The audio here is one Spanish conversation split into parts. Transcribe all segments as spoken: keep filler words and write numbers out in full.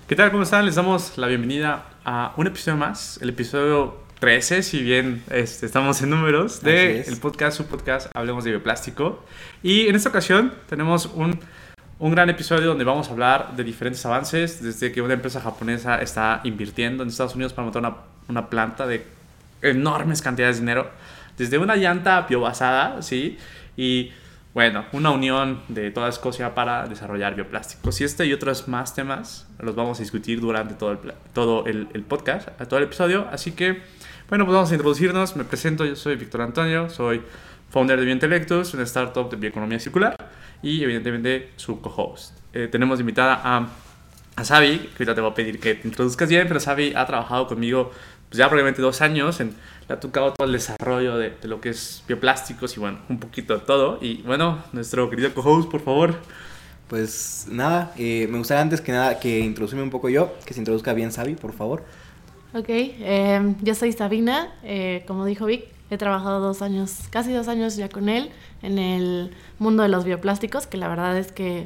¿Qué tal? ¿Cómo están? Les damos la bienvenida a un episodio más, el episodio trece, si bien este, estamos en números, de el podcast, su podcast, Hablemos de Bioplástico. Y en esta ocasión tenemos un, un gran episodio donde vamos a hablar de diferentes avances, desde que una empresa japonesa está invirtiendo en Estados Unidos para montar una, una planta de enormes cantidades de dinero, desde una llanta biobasada, ¿sí? Y bueno, una unión de toda Escocia para desarrollar bioplásticos. Y este y otros más temas los vamos a discutir durante todo el, todo el, el podcast, todo el episodio. Así que, bueno, pues vamos a introducirnos. Me presento, yo soy Víctor Antonio, soy founder de Biointelectus, una startup de bioeconomía circular y evidentemente su co-host. Eh, tenemos invitada a, a Xavi, que ahorita te voy a pedir que te introduzcas bien, pero Xavi ha trabajado conmigo pues ya probablemente dos años, en, le ha tocado todo el desarrollo de, de lo que es bioplásticos y bueno, un poquito de todo. Y bueno, nuestro querido co-host, por favor. Pues nada, eh, me gustaría antes que nada que introducirme un poco yo, que se introduzca bien Xavi, por favor. Ok, eh, yo soy Sabina, eh, como dijo Vic, he trabajado dos años, casi dos años ya con él en el mundo de los bioplásticos, que la verdad es que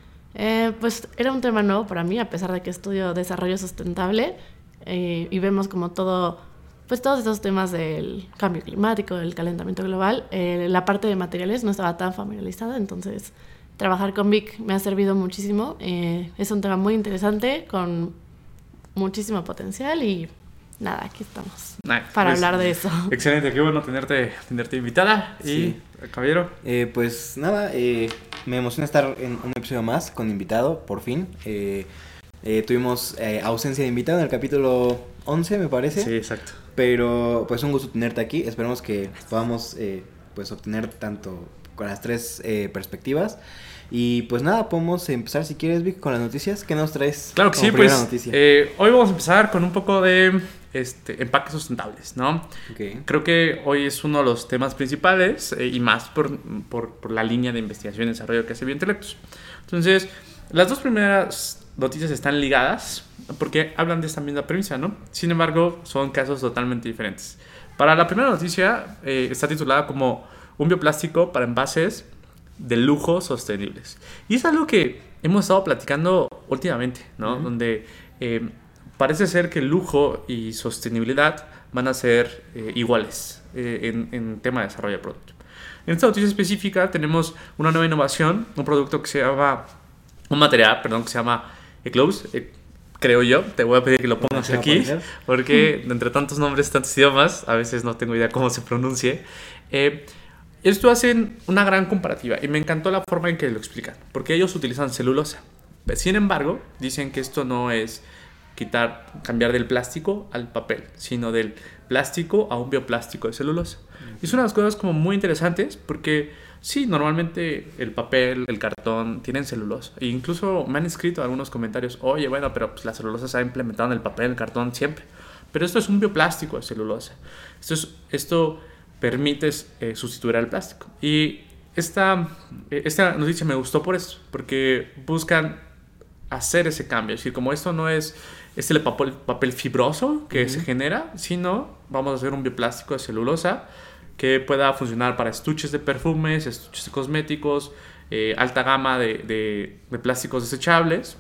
eh, pues era un tema nuevo para mí, a pesar de que estudio desarrollo sustentable. Eh, y vemos como todo, pues todos estos temas del cambio climático, del calentamiento global, eh, la parte de materiales no estaba tan familiarizada, entonces trabajar con Vic me ha servido muchísimo. Eh, es un tema muy interesante, con muchísimo potencial y nada, aquí estamos Nice. para Pues, hablar de eso. Excelente, qué bueno tenerte, tenerte invitada. Y, Sí. caballero. Eh, pues nada, eh, me emociona estar en un episodio más con invitado, por fin. Eh, eh, tuvimos eh, ausencia de invitado en el capítulo once, me parece. Sí, exacto. Pero pues un gusto tenerte aquí. Esperemos que podamos eh, pues obtener tanto con las tres eh, perspectivas. Y pues nada, podemos empezar si quieres, Vic, con las noticias. ¿Qué nos traes? Claro que como sí, primera pues noticia? eh, hoy vamos a empezar con un poco de este, empaques sustentables, ¿no? Okay. Creo que hoy es uno de los temas principales eh, y más por, por, por la línea de investigación y desarrollo que hace Biointelectus. Entonces, las dos primeras noticias están ligadas porque hablan de esta misma premisa, ¿no? Sin embargo, son casos totalmente diferentes. Para la primera noticia, eh, está titulada como un bioplástico para envases de lujo sostenibles. Y es algo que hemos estado platicando últimamente, ¿no? Uh-huh. Donde eh, parece ser que el lujo y sostenibilidad van a ser eh, iguales eh, en, en tema de desarrollo de producto. En esta noticia específica tenemos una nueva innovación, un producto que se llama, un material, perdón, que se llama Eclose, eh, creo yo. Te voy a pedir que lo pongas aquí, porque entre tantos nombres, tantos idiomas, a veces no tengo idea cómo se pronuncie. Eh, Esto hacen una gran comparativa y me encantó la forma en que lo explican, porque ellos utilizan celulosa. Sin embargo, dicen que esto no es quitar, cambiar del plástico al papel, sino del plástico a un bioplástico de celulosa. Uh-huh. Y es una de las cosas como muy interesantes porque sí, normalmente el papel, el cartón tienen celulosa. E incluso me han escrito algunos comentarios, oye, bueno, pero pues la celulosa se ha implementado en el papel, en el cartón siempre. Pero esto es un bioplástico de celulosa. Esto es... Esto permites eh, sustituir al plástico. Y esta, eh, esta noticia me gustó por eso, porque buscan hacer ese cambio. Es decir, como esto no es este papel, papel fibroso que uh-huh. se genera, sino vamos a hacer un bioplástico de celulosa que pueda funcionar para estuches de perfumes, estuches de cosméticos, eh, alta gama de, de, de plásticos desechables.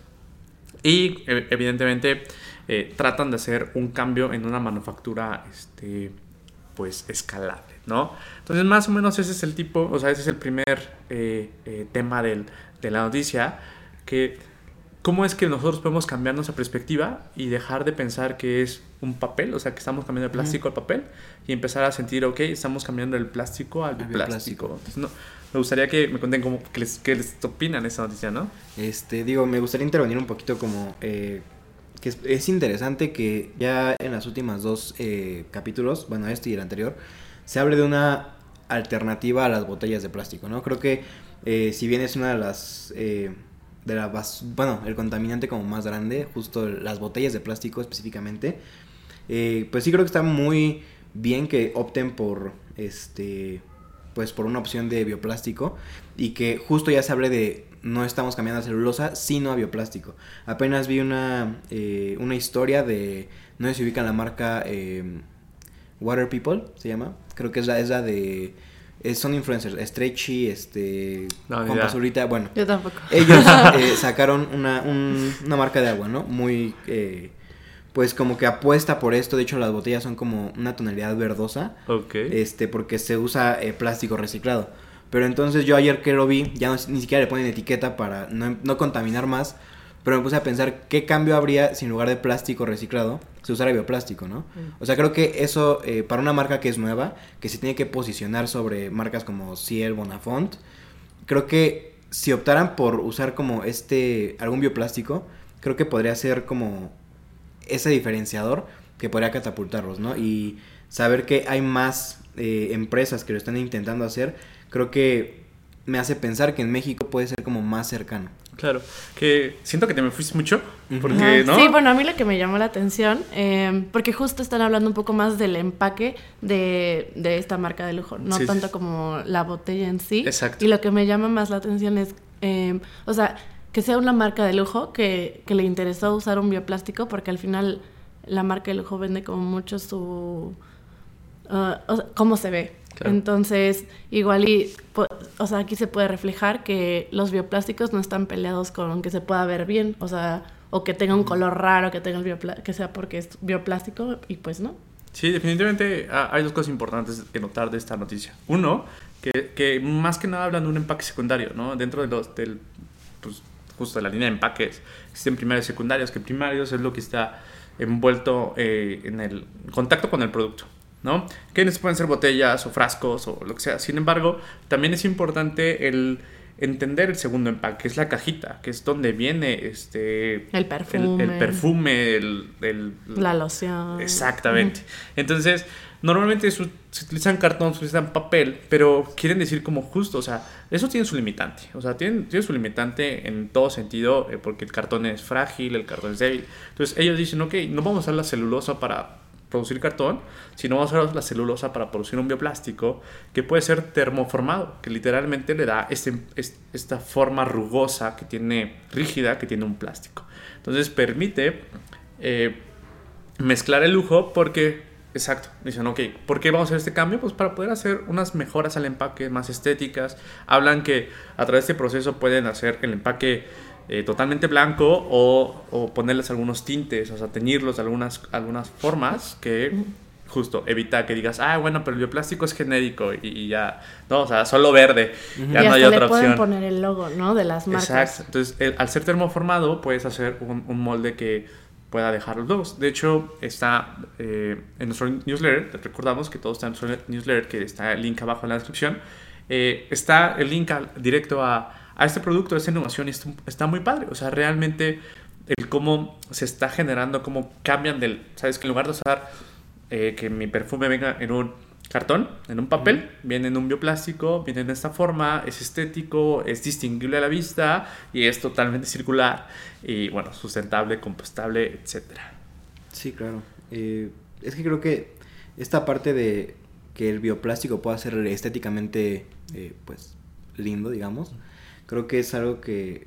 Y eh, evidentemente eh, tratan de hacer un cambio en una manufactura este, pues escalable, ¿no? Entonces más o menos ese es el tipo, o sea, ese es el primer eh, eh, tema del, de la noticia, que cómo es que nosotros podemos cambiar nuestra perspectiva y dejar de pensar que es un papel, o sea, que estamos cambiando el plástico al papel y empezar a sentir, ok, estamos cambiando el plástico al plástico. Entonces, no, me gustaría que me cuenten cómo, qué les, qué les opinan esa noticia, ¿no? Este, digo, me gustaría intervenir un poquito como... Eh... que es, es interesante que ya en las últimas dos eh, capítulos, bueno, este y el anterior, se hable de una alternativa a las botellas de plástico, ¿no? Creo que eh, si bien es una de las, eh, de la bas- bueno, el contaminante como más grande, justo las botellas de plástico específicamente, eh, pues sí creo que está muy bien que opten por, este, pues por una opción de bioplástico y que justo ya se hable de no estamos cambiando a celulosa, sino a bioplástico. Apenas vi una, eh, una historia de, no sé si ubican la marca eh, Water People, se llama. Creo que es la, es la de eh, son influencers, Stretchy, este, No, ni Juan idea. Pazurita, bueno. Yo tampoco. Ellos eh, sacaron una, un, una marca de agua, ¿no? Muy, eh, pues como que apuesta por esto. De hecho, las botellas son como una tonalidad verdosa. Ok. Este, porque se usa eh, plástico reciclado. Pero entonces yo ayer que lo vi, ya no, ni siquiera le ponen etiqueta para no, no contaminar más. Pero me puse a pensar qué cambio habría si en lugar de plástico reciclado se usara bioplástico, ¿no? Mm. O sea, creo que eso, eh, para una marca que es nueva, que se tiene que posicionar sobre marcas como Ciel, Bonafont, creo que si optaran por usar como este, algún bioplástico, creo que podría ser como ese diferenciador que podría catapultarlos, ¿no? Y saber que hay más eh, empresas que lo están intentando hacer, creo que me hace pensar que en México puede ser como más cercano. Claro, que siento que te me fuiste mucho, porque, uh-huh. ¿no? Sí, bueno, a mí lo que me llamó la atención, eh, porque justo están hablando un poco más del empaque de, de esta marca de lujo, no sí, tanto sí. como la botella en sí. Exacto. Y lo que me llama más la atención es, eh, o sea, que sea una marca de lujo que, que le interesó usar un bioplástico, porque al final la marca de lujo vende como mucho su... Uh, o sea, cómo se ve. Claro. Entonces, igual y, o sea, aquí se puede reflejar que los bioplásticos no están peleados con que se pueda ver bien, o sea, o que tenga un color raro, que tenga el biopl- que sea porque es bioplástico, y pues no. Sí, definitivamente hay dos cosas importantes que notar de esta noticia. Uno, que, que más que nada hablan de un empaque secundario, ¿no? Dentro de los, del, pues, justo de la línea de empaques, existen primarios y secundarios, que primarios es lo que está envuelto eh, en el contacto con el producto, ¿no? Que pueden ser botellas o frascos o lo que sea. Sin embargo, también es importante el entender el segundo empaque, que es la cajita, que es donde viene este el perfume, el, el perfume, el, el, la loción. Exactamente. Mm. Entonces, normalmente su, se utilizan cartón, se utilizan papel, pero quieren decir como justo, o sea, eso tiene su limitante, o sea, tiene, tiene su limitante en todo sentido, eh, porque el cartón es frágil, el cartón es débil. Entonces, ellos dicen, ok, no vamos a usar la celulosa para producir cartón, sino vamos a usar la celulosa para producir un bioplástico que puede ser termoformado, que literalmente le da este, este, esta forma rugosa que tiene, rígida, que tiene un plástico. Entonces permite eh, mezclar el lujo porque, exacto, dicen, ok, ¿por qué vamos a hacer este cambio? Pues para poder hacer unas mejoras al empaque, más estéticas. Hablan que a través de este proceso pueden hacer el empaque Eh, totalmente blanco o, o ponerles algunos tintes, o sea, teñirlos de algunas, algunas formas que justo evita que digas, ah, bueno, pero el bioplástico es genérico y, y ya, no, o sea, solo verde, uh-huh. ya y no hay hasta otra le pueden opción. poner el logo, ¿no? De las marcas. Exacto, entonces el, al ser termoformado puedes hacer un, un molde que pueda dejar los logos. De hecho, está eh, en nuestro newsletter, te recordamos que todo está en nuestro newsletter, que está el link abajo en la descripción, eh, está el link al, directo a a este producto, a esta innovación, y está, está muy padre. O sea, realmente el cómo se está generando, cómo cambian del, sabes, que en lugar de usar eh, que mi perfume venga en un cartón, en un papel, uh-huh. viene en un bioplástico, viene en esta forma, es estético, es distinguible a la vista y es totalmente circular y, bueno, sustentable, compostable, etcétera. Sí, claro. Eh, es que creo que esta parte de que el bioplástico pueda ser estéticamente, eh, pues, lindo, digamos, creo que es algo que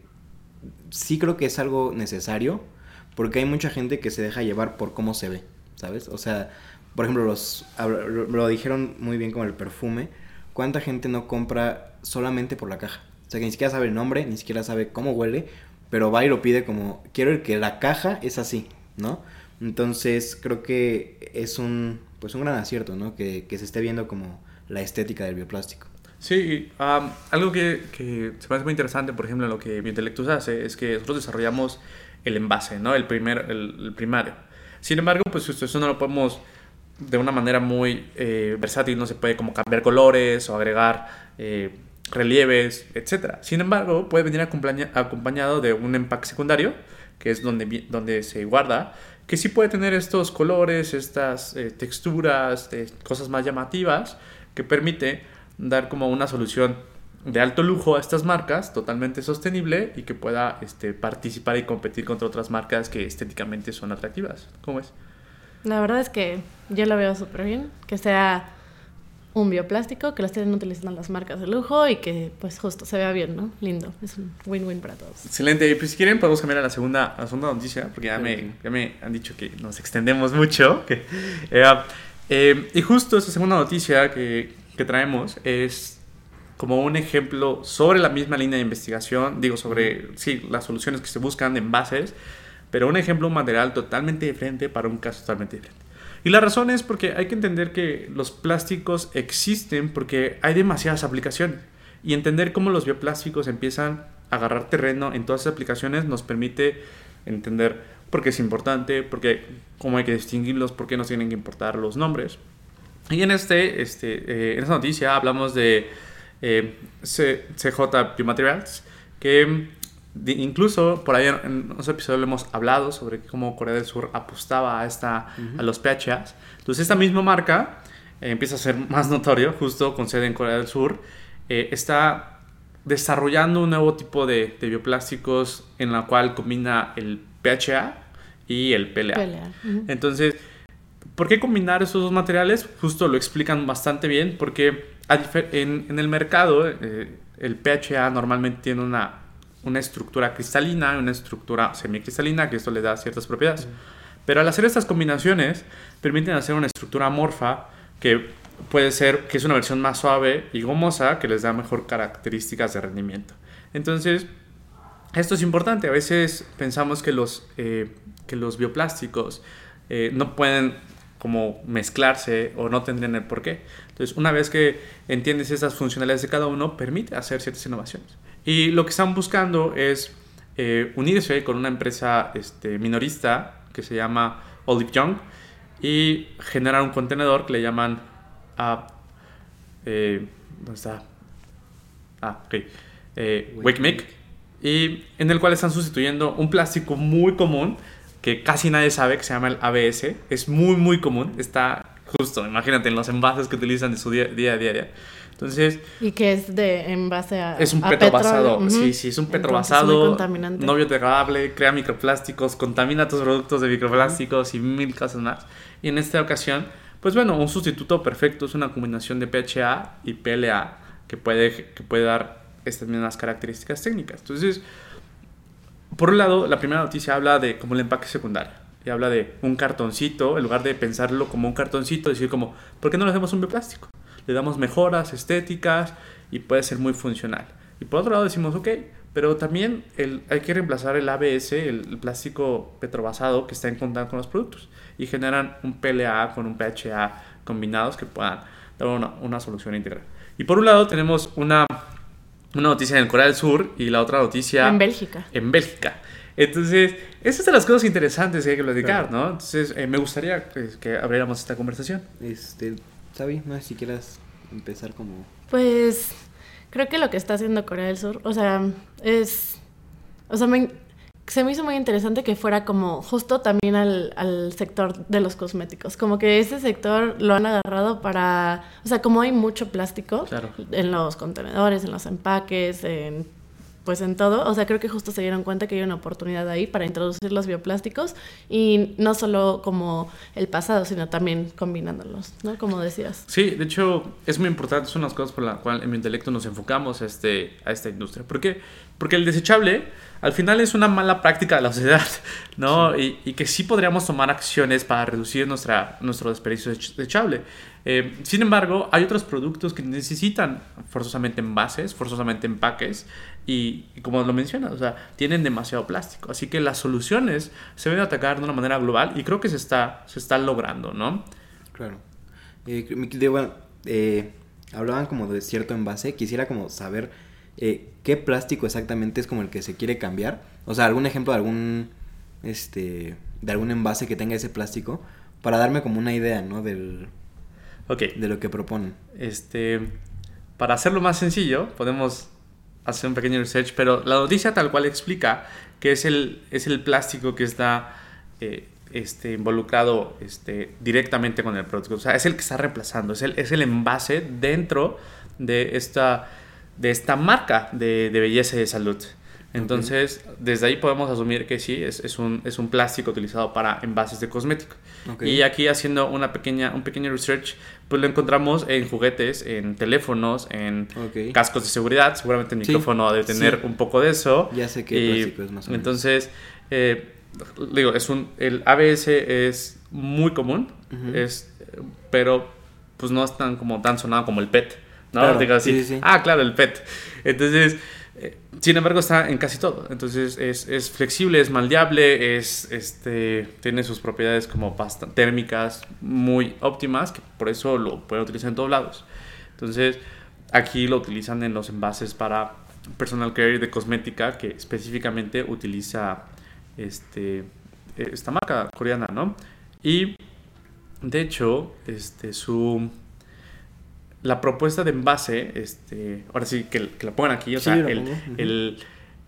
sí creo que es algo necesario, porque hay mucha gente que se deja llevar por cómo se ve, ¿sabes? O sea, por ejemplo, los lo dijeron muy bien con el perfume. ¿Cuánta gente no compra solamente por la caja? O sea, que ni siquiera sabe el nombre, ni siquiera sabe cómo huele, pero va y lo pide como, quiero el que la caja es así, ¿no? Entonces, creo que es un, pues un gran acierto, ¿no? Que, que se esté viendo como la estética del bioplástico. Sí, um, algo que, que se me hace muy interesante, por ejemplo, en lo que Biointelectus hace, es que nosotros desarrollamos el envase, ¿no? El, primer, el, el primario. Sin embargo, pues eso no lo podemos de una manera muy eh, versátil, no se puede como cambiar colores o agregar eh, relieves, etcétera. Sin embargo, puede venir acompaña, acompañado de un empaque secundario, que es donde, donde se guarda, que sí puede tener estos colores, estas eh, texturas, eh, cosas más llamativas, que permite dar como una solución de alto lujo a estas marcas, totalmente sostenible y que pueda este, participar y competir contra otras marcas que estéticamente son atractivas. ¿Cómo es? La verdad es que yo lo veo súper bien, que sea un bioplástico, que lo estén utilizando las marcas de lujo y que pues justo se vea bien, ¿no? Lindo, es un win-win para todos. Excelente, y pues si quieren podemos cambiar a la segunda, a la segunda noticia, porque ya, sí. me, ya me han dicho que nos extendemos mucho. Que, eh, eh, y justo esta segunda noticia que que traemos es como un ejemplo sobre la misma línea de investigación, digo, sobre sí, las soluciones que se buscan de envases, pero un ejemplo, un material totalmente diferente para un caso totalmente diferente. Y la razón es porque hay que entender que los plásticos existen porque hay demasiadas aplicaciones. Y entender cómo los bioplásticos empiezan a agarrar terreno en todas esas aplicaciones nos permite entender por qué es importante, por qué, cómo hay que distinguirlos, por qué nos tienen que importar los nombres. Y en, este, este, eh, en esta noticia hablamos de eh, C J Biomaterials, que de, incluso por ahí en, en otro episodio hemos hablado sobre cómo Corea del Sur apostaba a, esta, uh-huh. a los P H As. Entonces esta misma marca eh, empieza a ser más notorio, justo con sede en Corea del Sur. Eh, está desarrollando un nuevo tipo de, de bioplásticos en la cual combina el P H A y el P L A. P L A. Uh-huh. Entonces, ¿por qué combinar esos dos materiales? Justo lo explican bastante bien, porque en, en el mercado eh, el P H A normalmente tiene una, una estructura cristalina y una estructura semicristalina, que esto le da ciertas propiedades. Uh-huh. Pero al hacer estas combinaciones, permiten hacer una estructura amorfa que puede ser que es una versión más suave y gomosa que les da mejor características de rendimiento. Entonces, esto es importante. A veces pensamos que los, eh, que los bioplásticos eh, no pueden como mezclarse o no tendrían el porqué. Entonces, una vez que entiendes esas funcionalidades de cada uno, permite hacer ciertas innovaciones. Y lo que están buscando es eh, unirse con una empresa este, minorista que se llama Olive Young y generar un contenedor que le llaman a eh, ¿dónde está? Ah, ok. Eh, WakeMake, y en el cual están sustituyendo un plástico muy común que casi nadie sabe, que se llama el A B S. Es muy muy común, está justo, imagínate, en los envases que utilizan de su día, día a día. Entonces, y que es de envase a es un a petro basado, uh-huh. sí, sí, es un petro basado, no biodegradable, crea microplásticos, contamina tus productos de microplásticos uh-huh. y mil cosas más. Y en esta ocasión, pues bueno, un sustituto perfecto es una combinación de P H A y P L A que puede, que puede dar estas mismas características técnicas. Entonces, por un lado, la primera noticia habla de como el empaque secundario. Y habla de un cartoncito, en lugar de pensarlo como un cartoncito, decir como, ¿por qué no le hacemos un bioplástico? Le damos mejoras estéticas y puede ser muy funcional. Y por otro lado decimos, ok, pero también el, hay que reemplazar el A B S, el, el plástico petrobasado que está en contacto con los productos. Y generan un P L A con un P H A combinados que puedan dar una, una solución integral. Y por un lado tenemos una, una noticia en Corea del Sur y la otra noticia en Bélgica. En Bélgica. Entonces, esas son las cosas interesantes que hay que platicar, claro. ¿no? Entonces, eh, me gustaría pues, que abriéramos esta conversación. Este, Sabi, no sé si quieras empezar como... Pues, creo que lo que está haciendo Corea del Sur, o sea, es... O sea, me, se me hizo muy interesante que fuera como justo también al, al sector de los cosméticos. Como que ese sector lo han agarrado para... O sea, como hay mucho plástico claro. en los contenedores, en los empaques, en... pues en todo, o sea, creo que justo se dieron cuenta que hay una oportunidad ahí para introducir los bioplásticos y no solo como el pasado, sino también combinándolos, ¿no? Como decías. Sí, de hecho, es muy importante, son las cosas por las cuales en Biointelecto nos enfocamos a, este, a esta industria. ¿Por qué? Porque el desechable, al final, es una mala práctica de la sociedad, ¿no? Sí. Y, y que sí podríamos tomar acciones para reducir nuestra, nuestro desperdicio desechable. Eh, sin embargo, hay otros productos que necesitan forzosamente envases, forzosamente empaques, y, y como lo mencionas, o sea, tienen demasiado plástico. Así que las soluciones se deben atacar de una manera global y creo que se está, se está logrando, ¿no? Claro. Eh, bueno, eh, hablaban como de cierto envase. Quisiera como saber eh, qué plástico exactamente es como el que se quiere cambiar. O sea, algún ejemplo de algún, este, de algún envase que tenga ese plástico para darme como una idea, ¿no? Del... Okay. De lo que proponen. Este, para hacerlo más sencillo, podemos hacer un pequeño research, pero la noticia tal cual explica que es el, es el plástico que está eh, este, involucrado este, directamente con el producto. O sea, es el que está reemplazando, es el, es el envase dentro de esta, de esta marca de, de belleza y de salud. Entonces, okay. desde ahí podemos asumir que sí, es, es, un, es un plástico utilizado para envases de cosmético. Okay. Y aquí haciendo una pequeña, un pequeño research, pues lo encontramos en juguetes, en teléfonos, en okay. cascos de seguridad. Seguramente el micrófono sí, debe tener sí. un poco de eso. Ya sé qué plástico es más o menos. Entonces, eh, digo, es un, el A B S es muy común, uh-huh. es, pero pues no es tan como tan sonado como el P E T, ¿no? Claro, Digo así, sí, sí, sí. ah, claro, el P E T. Entonces, eh, sin embargo, está en casi todo. Entonces, es, es flexible, es moldeable, es, este, tiene sus propiedades como pasta, térmicas muy óptimas, que por eso lo pueden utilizar en todos lados. Entonces, aquí lo utilizan en los envases para personal care de cosmética, que específicamente utiliza este, esta marca coreana, ¿no? Y de hecho, este, su la propuesta de envase, este, ahora sí que, que la pongan aquí, o Sí, sea, lo el, pongo. Ujú. el,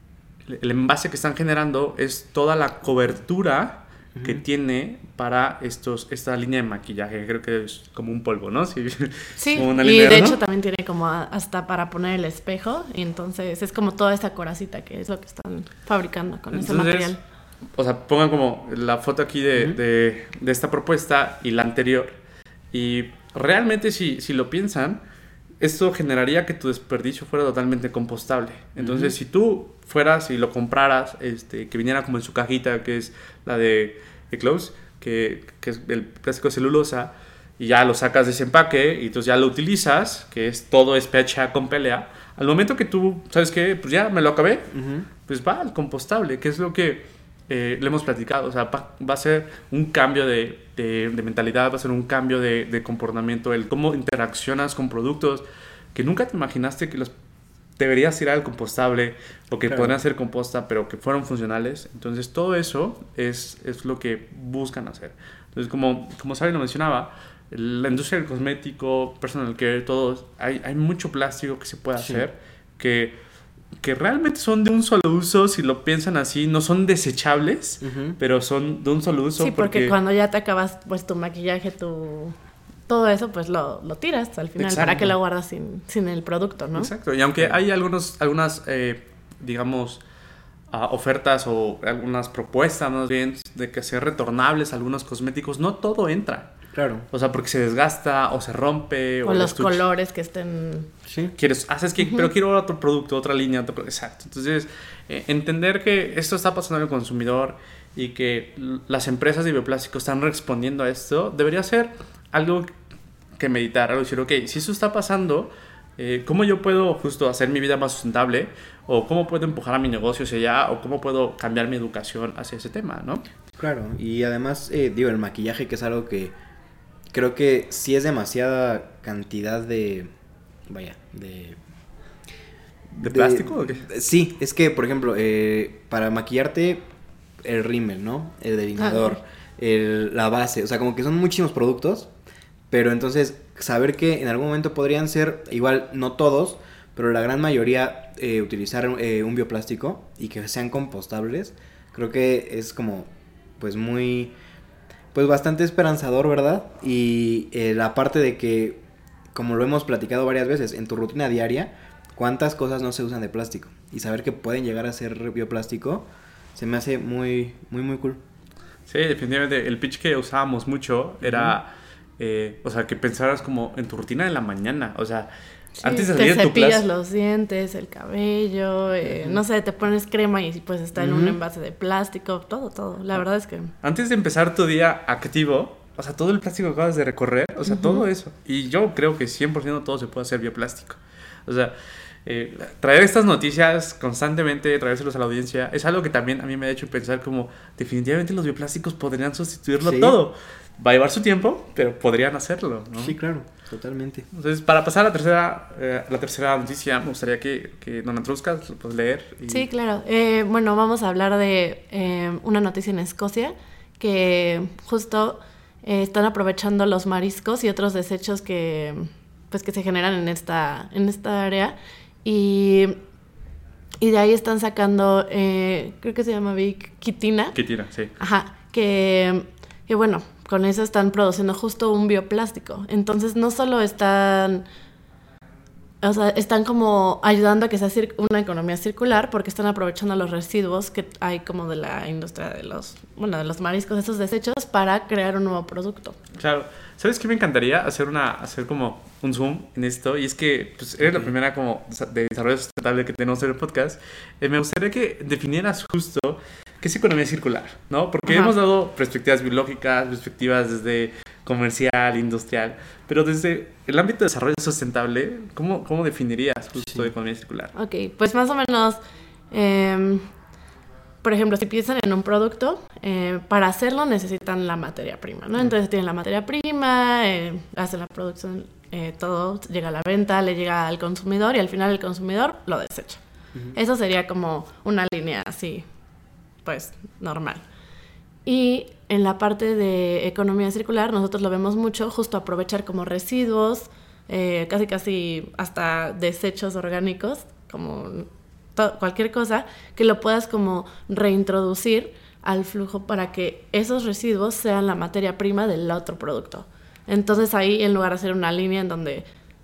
el envase que están generando es toda la cobertura que Ujú. tiene para estos esta línea de maquillaje. Creo que es como un polvo, ¿no? Sí, Sí, como una y línea, de ¿no? hecho también tiene como a- hasta para poner el espejo, y entonces es como toda esa coracita que es lo que están fabricando con ese Entonces, material. o sea, pongan como la foto aquí de, Ujú. de, de esta propuesta y la anterior. Y realmente si, si lo piensan, esto generaría que tu desperdicio fuera totalmente compostable. Entonces, Ujú. si tú fueras y lo compraras, este, que viniera como en su cajita, que es la de, de Close, que, que es el plástico de celulosa, y ya lo sacas de ese empaque y entonces ya lo utilizas, que es todo es P H A con P L A, al momento que tú, ¿sabes qué? Pues ya me lo acabé, Ujú. pues va al compostable, que es lo que eh, le hemos platicado. O sea, va, va a ser un cambio de, de, de mentalidad, va a ser un cambio de, de comportamiento, el cómo interaccionas con productos que nunca te imaginaste que los deberías ir al compostable o que Claro. podrían ser composta, pero que fueron funcionales. Entonces, todo eso es, es lo que buscan hacer. Entonces, como, como Sari lo mencionaba, la industria del cosmético, personal care, todos, hay, hay mucho plástico que se puede Sí. hacer que, que realmente son de un solo uso, si lo piensan así, no son desechables, Ujú. pero son de un solo uso. Sí, porque, cuando ya te acabas pues tu maquillaje, tu todo eso, pues lo, lo tiras al final. Exacto. ¿Para qué lo guardas sin, sin el producto, no? Exacto, y aunque hay algunos, algunas, eh, digamos, uh, ofertas o algunas propuestas más bien de que sean retornables algunos cosméticos, no todo entra. Claro. O sea, porque se desgasta o se rompe. O el los estuche. colores que estén... Sí. Quieres, haces que, Ujú. pero quiero otro producto, otra línea, otro, exacto. Entonces, eh, entender que esto está pasando en el consumidor y que l- las empresas de bioplásticos están respondiendo a esto, debería ser algo que meditar, algo decir, ok, si eso está pasando, eh, ¿cómo yo puedo justo hacer mi vida más sustentable? ¿O cómo puedo empujar a mi negocio hacia allá? ¿O cómo puedo cambiar mi educación hacia ese tema, no? Claro, y además, eh, digo, el maquillaje, que es algo que creo que sí es demasiada cantidad de, vaya, de... ¿De plástico o qué? Sí, es que, por ejemplo, eh, para maquillarte, el rímel, ¿no? El delineador, Ajá. el, la base, o sea, como que son muchísimos productos, pero entonces saber que en algún momento podrían ser, igual, no todos, pero la gran mayoría eh, utilizar eh, un bioplástico y que sean compostables, creo que es como, pues muy, pues bastante esperanzador, ¿verdad? Y eh, la parte de que, como lo hemos platicado varias veces, en tu rutina diaria, cuántas cosas no se usan de plástico, y saber que pueden llegar a ser bioplástico, se me hace muy, muy, muy cool. Sí, definitivamente. El pitch que usábamos mucho era, eh, o sea, que pensaras como en tu rutina de la mañana. O sea, Sí, antes de te salir de tu cepillas clase. los dientes, el cabello, eh, Ujú. no sé, te pones crema y pues está en un Ujú. envase de plástico, todo, todo. La verdad es que... Antes de empezar tu día activo, o sea, todo el plástico que acabas de recorrer, o sea, Ujú. todo eso. Y yo creo que cien por ciento todo se puede hacer bioplástico. O sea, eh, traer estas noticias constantemente, traérselos a la audiencia, es algo que también a mí me ha hecho pensar como definitivamente los bioplásticos podrían sustituirlo Sí. todo. Va a llevar su tiempo, pero podrían hacerlo, ¿no? Sí, claro, totalmente. Entonces, para pasar a la tercera, eh, la tercera noticia, me gustaría que, que Don Antruscas lo puedas leer. Y... Sí, claro. Eh, bueno, vamos a hablar de eh, una noticia en Escocia que justo eh, están aprovechando los mariscos y otros desechos que, pues, que se generan en esta, en esta área y, y de ahí están sacando, eh, creo que se llama Big Quitina. Que tira, sí. Ajá, que, que bueno, con eso están produciendo justo un bioplástico. Entonces no solo están, o sea, están como ayudando a que sea cir- una economía circular porque están aprovechando los residuos que hay como de la industria de los, bueno, de los mariscos, esos desechos, para crear un nuevo producto. Claro. ¿Sabes qué me encantaría? Hacer una hacer como un zoom en esto. Y es que pues, eres la primera como de desarrollo sustentable que tenemos en el podcast. Eh, me gustaría que definieras justo qué es economía circular, ¿no? Porque Ajá. hemos dado perspectivas biológicas, perspectivas desde comercial, industrial, pero desde el ámbito de desarrollo sustentable, ¿cómo, cómo definirías justo Sí. economía circular? Ok, pues más o menos, eh, por ejemplo, si piensan en un producto, eh, para hacerlo necesitan la materia prima, ¿no? Entonces tienen la materia prima, eh, hacen la producción, eh, todo llega a la venta, le llega al consumidor y al final el consumidor lo desecha. Ujú. Eso sería como una línea así, pues, normal. Y en la parte de economía circular, nosotros lo vemos mucho, justo aprovechar como residuos, eh, casi casi hasta desechos orgánicos, como to- cualquier cosa, que lo puedas como reintroducir al flujo para que esos residuos sean la materia prima del otro producto. Entonces ahí, en lugar de hacer una línea en donde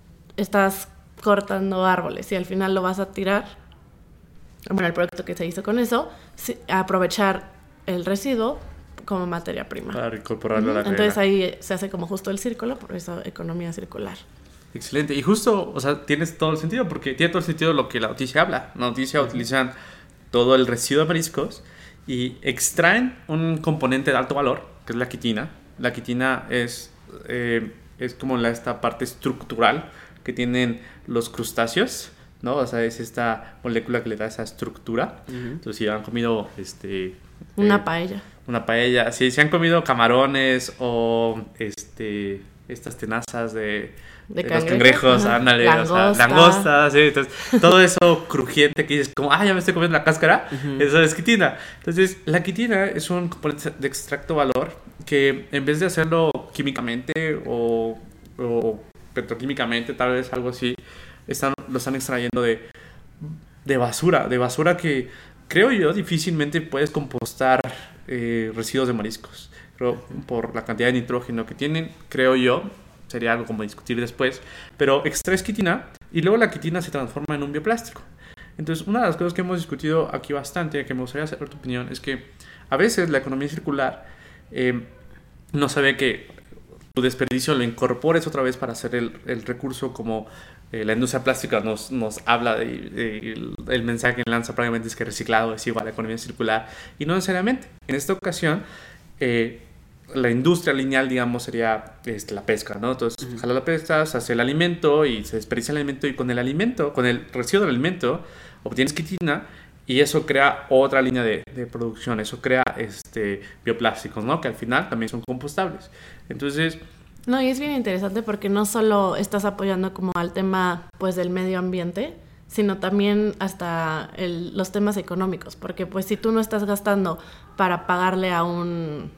estás cortando árboles y al final lo vas a tirar, bueno, el producto que se hizo con eso, sí, aprovechar el residuo como materia prima. Para incorporarlo Ujú. a la Entonces cadena. ahí se hace como justo el círculo, por eso economía circular. Excelente. Y justo, o sea, tienes todo el sentido, porque tiene todo el sentido lo que la noticia habla. La noticia utilizan todo el residuo de mariscos y extraen un componente de alto valor, que es la quitina. La quitina es, eh, es como la, esta parte estructural que tienen los crustáceos, ¿no? O sea, es esta molécula que le da esa estructura. Ujú. Entonces, si han comido este, Una eh, paella. una paella, si se han comido camarones o este estas tenazas de, De de los cangrejo, cangrejos, ajá. ándale, o sea, Langosta. langostas, sí, entonces todo eso crujiente que dices como, ah, ya me estoy comiendo la cáscara, Ujú. eso es quitina. Entonces, la quitina es un componente de extracto valor que en vez de hacerlo químicamente o, o petroquímicamente, tal vez algo así, están, lo están extrayendo de, de basura, de basura que creo yo difícilmente puedes compostar eh, residuos de mariscos. Creo, por la cantidad de nitrógeno que tienen, creo yo, sería algo como discutir después, pero extraes quitina y luego la quitina se transforma en un bioplástico. Entonces, una de las cosas que hemos discutido aquí bastante, que me gustaría saber tu opinión, es que a veces la economía circular eh, no sabe que tu desperdicio lo incorpores otra vez para hacer el, el recurso como eh, la industria plástica nos, nos habla de, de- el, el mensaje que lanza prácticamente es que reciclado es igual a economía circular y no necesariamente. En esta ocasión, eh, la industria lineal, digamos, sería este, la pesca, ¿no? Entonces, Ujú. jala la pesca, se hace el alimento y se desperdicia el alimento y con el alimento, con el residuo del alimento, obtienes quitina y eso crea otra línea de, de producción, eso crea este, bioplásticos, ¿no? Que al final también son compostables. Entonces, No, y es bien interesante porque no solo estás apoyando como al tema pues del medio ambiente, sino también hasta el- los temas económicos, porque pues si tú no estás gastando para pagarle a un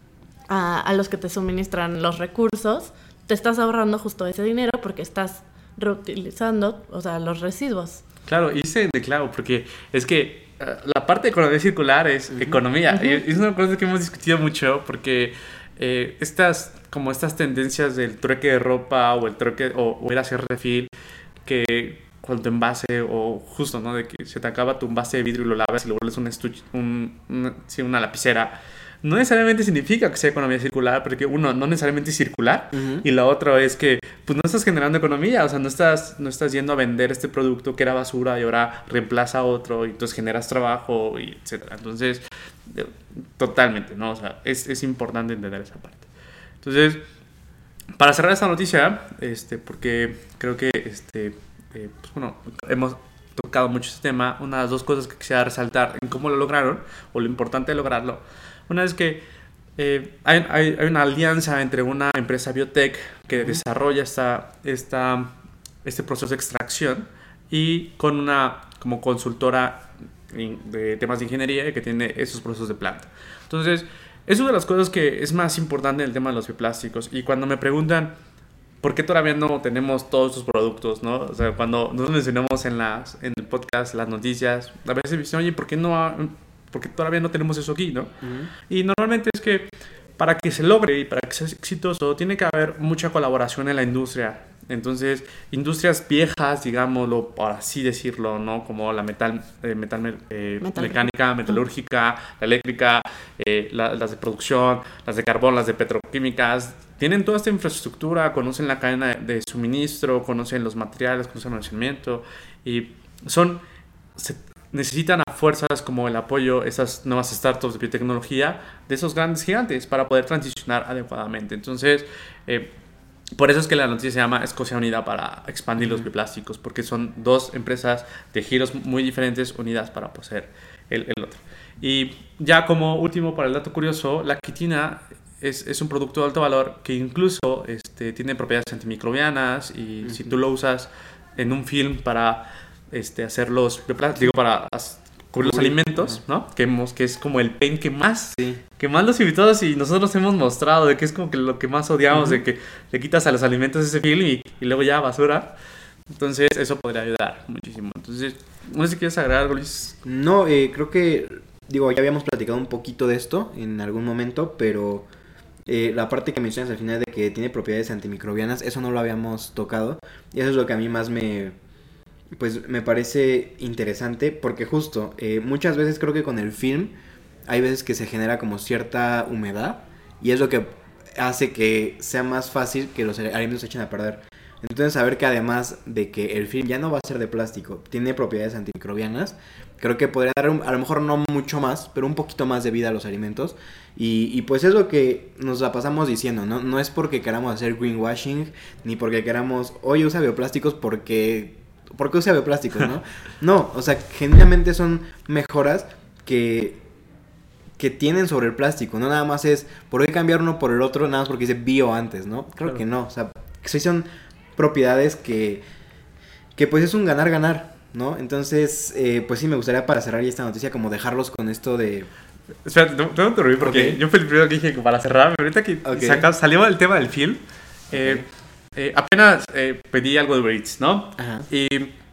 a, a los que te suministran los recursos, te estás ahorrando justo ese dinero porque estás reutilizando, o sea, los residuos. claro, hice de claro, porque es que eh, la parte de economía circular es Ujú. economía. Ujú. Y es una cosa que hemos discutido mucho porque eh, estas, como estas tendencias del trueque de ropa o el trueque o, o ir a hacer refill, que con tu envase o justo, ¿no? De que se te acaba tu envase de vidrio y lo lavas y lo vuelves un estuche, un, una, sí, una lapicera. No necesariamente significa que sea economía circular, porque uno, no necesariamente es circular, Ujú. y la otra es que pues no estás generando economía, o sea, no estás, no estás yendo a vender este producto que era basura y ahora reemplaza otro y entonces generas trabajo y etcétera. Entonces, eh, totalmente, ¿no? O sea, es, es importante entender esa parte. Entonces, para cerrar esta noticia, este, porque creo que, este, eh, pues bueno, hemos tocado mucho este tema, una de las dos cosas que quisiera resaltar en cómo lo lograron, o lo importante de lograrlo, una es que eh, hay, hay, hay una alianza entre una empresa biotech que Ujú. desarrolla esta, esta, este proceso de extracción y con una como consultora in- de temas de ingeniería que tiene esos procesos de planta. Entonces, es una de las cosas que es más importante en el tema de los bioplásticos. Y cuando me preguntan por qué todavía no tenemos todos estos productos, ¿no? O sea, cuando nos mencionamos en, las, en el podcast, las noticias, a veces me dicen, oye, ¿por qué, no, ha- por qué todavía no tenemos eso aquí, ¿no? Ujú. Y normalmente es que para que se logre y para que sea exitoso, tiene que haber mucha colaboración en la industria. Entonces, industrias viejas, digámoslo, por así decirlo, ¿no? Como la metal, eh, metal eh, Metalúrgica. mecánica, metalúrgica, la eléctrica, eh, la- las de producción, las de carbón, las de petroquímicas, tienen toda esta infraestructura, conocen la cadena de suministro, conocen los materiales, conocen el almacenamiento y son, se necesitan a fuerzas como el apoyo, esas nuevas startups de biotecnología, de esos grandes gigantes para poder transicionar adecuadamente. Entonces, eh, por eso es que la noticia se llama Escocia Unida para expandir los bioplásticos, porque son dos empresas de giros muy diferentes unidas para poseer el, el otro. Y ya como último, para el dato curioso, la quitina es, es un producto de alto valor que incluso este, tiene propiedades antimicrobianas y uh-huh. si tú lo usas en un film para este, hacer los bioplásticos, digo, para cubrir los alimentos, uh-huh. ¿no? Que, hemos, que es como el pain que más, sí. que más los invitados y nosotros hemos mostrado, de que es como que lo que más odiamos, uh-huh. de que le quitas a los alimentos ese film y, y luego ya basura. Entonces eso podría ayudar muchísimo. Entonces, no sé si quieres agregar algo, Luis. No, eh, creo que, digo, ya habíamos platicado un poquito de esto en algún momento, pero eh, la parte que mencionas al final de que tiene propiedades antimicrobianas, eso no lo habíamos tocado. Y eso es lo que a mí más me, pues, me parece interesante, porque justo, eh, muchas veces creo que con el film hay veces que se genera como cierta humedad y es lo que hace que sea más fácil que los alimentos se echen a perder. Entonces, saber que además de que el film ya no va a ser de plástico, tiene propiedades antimicrobianas, creo que podría dar un, a lo mejor no mucho más, pero un poquito más de vida a los alimentos. Y, y pues es lo que nos la pasamos diciendo, ¿no? No es porque queramos hacer greenwashing, ni porque queramos, oye, usa bioplásticos porque... ¿Por qué usa bioplásticos, no? No, o sea, genuinamente son mejoras que... que tienen sobre el plástico, no nada más es, ¿por qué cambiar uno por el otro? Nada más porque dice bio antes, ¿no? Creo claro. que no, o sea, que son propiedades que, que pues es un ganar-ganar, ¿no? Entonces, eh, pues sí, me gustaría para cerrar ya esta noticia como dejarlos con esto de... Espera, tengo que interrumpir porque okay. yo fui el primero que dije para cerrar, pero ahorita que okay. saca, salió el tema del film, eh, okay. eh, apenas eh, pedí algo de Uber Eats, ¿no? Ajá. Y,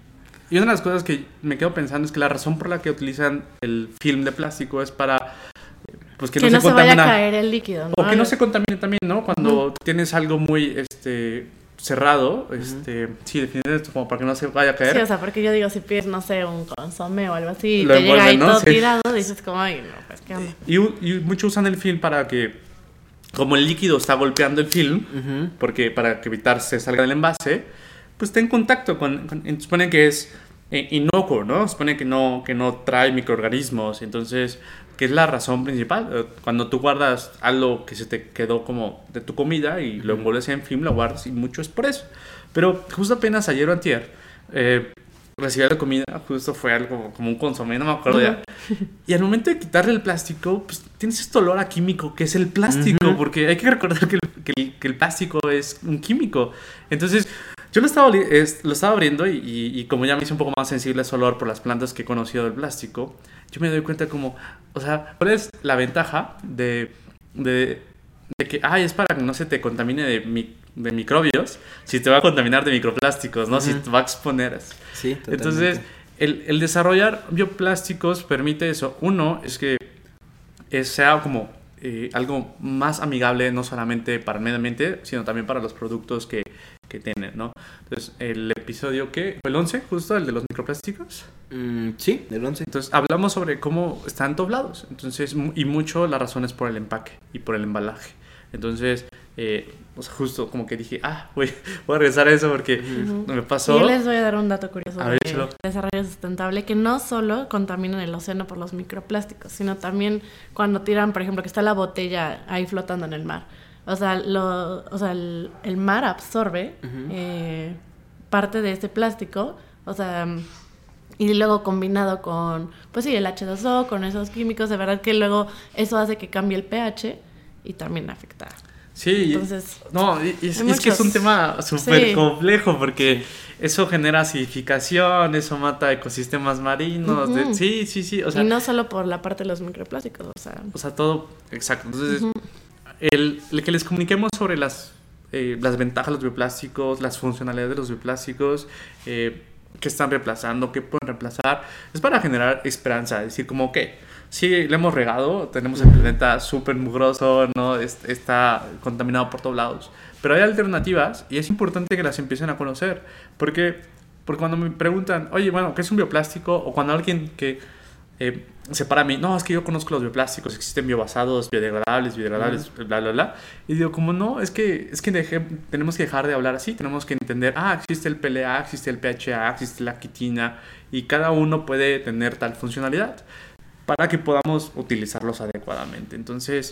y una de las cosas que me quedo pensando es que la razón por la que utilizan el film de plástico es para... Pues que, que no, no se, se contamina, vaya a caer el líquido, ¿no? O que no se contamine también, ¿no? Cuando uh-huh. tienes algo muy este, cerrado, este, uh-huh. sí, definitivamente como para que no se vaya a caer. Sí, o sea, porque yo digo, si pides, no sé, un consomé o algo así, y te llega ahí ¿no? todo sí. tirado, dices como, ay, no, pues, ¿qué onda? Y, y muchos usan el film para que, como el líquido está golpeando el film, uh-huh. porque para que evitar se salga del envase, pues está en contacto con, con supone que es eh, inocuo, ¿no? Supone que no, que no trae microorganismos, entonces... que es la razón principal. Cuando tú guardas algo que se te quedó como de tu comida y lo envuelves en film, lo guardas y mucho es por eso. Pero justo apenas ayer o antier eh, recibí la comida, justo fue algo como un consomé, no me acuerdo ya. Y al momento de quitarle el plástico, pues tienes este olor a químico que es el plástico, uh-huh. porque hay que recordar que el, que, el, que el plástico es un químico. Entonces... yo lo estaba, lo estaba abriendo y, y, y como ya me hice un poco más sensible a ese olor por las plantas que he conocido del plástico, yo me doy cuenta como, o sea, ¿cuál es la ventaja de, de, de que, ay, es para que no se te contamine de, mi, de microbios, si te va a contaminar de microplásticos, ¿no? Uh-huh. Si te va a exponer. Sí, totalmente. Entonces, el, el desarrollar bioplásticos permite eso. Uno, es que es, sea como eh, algo más amigable, no solamente para el medio ambiente, sino también para los productos que que tienen, ¿no? Entonces, el episodio, ¿qué? ¿Fue el once, justo, el de los microplásticos? Mm, sí, el once. Entonces, hablamos sobre cómo están doblados. Entonces, y mucho la razón es por el empaque y por el embalaje. Entonces, eh, o sea, justo como que dije, ah, voy, voy a regresar a eso porque uh-huh. me pasó. Y yo les voy a dar un dato curioso de desarrollo sustentable, que no solo contaminan el océano por los microplásticos, sino también cuando tiran, por ejemplo, que está la botella ahí flotando en el mar. O sea, lo, o sea el, el mar absorbe uh-huh. eh, parte de este plástico, o sea, y luego combinado con, pues sí, el hache dos o, con esos químicos, de verdad que luego eso hace que cambie el pH y también afecta. Sí, entonces, no, y, y es, es que es un tema súper sí. complejo porque eso genera acidificación, eso mata ecosistemas marinos, uh-huh. de, sí, sí, sí. O sea, y no solo por la parte de los microplásticos, o sea. O sea, todo, exacto, entonces... Uh-huh. El, el que les comuniquemos sobre las, eh, las ventajas de los bioplásticos, las funcionalidades de los bioplásticos, eh, qué están reemplazando, qué pueden reemplazar, es para generar esperanza, decir como, ok, sí, le hemos regado, tenemos el planeta súper mugroso, ¿no? Está contaminado por todos lados, pero hay alternativas y es importante que las empiecen a conocer, porque, porque cuando me preguntan, oye, bueno, ¿qué es un bioplástico? O cuando alguien que... eh, se para a mí, no, es que yo conozco los bioplásticos, existen biobasados, biodegradables, biodegradables, uh-huh. bla, bla, bla. Y digo, como no, es que, es que deje, tenemos que dejar de hablar así, tenemos que entender, ah, existe el P L A, existe el P H A, existe la quitina, y cada uno puede tener tal funcionalidad para que podamos utilizarlos adecuadamente. Entonces,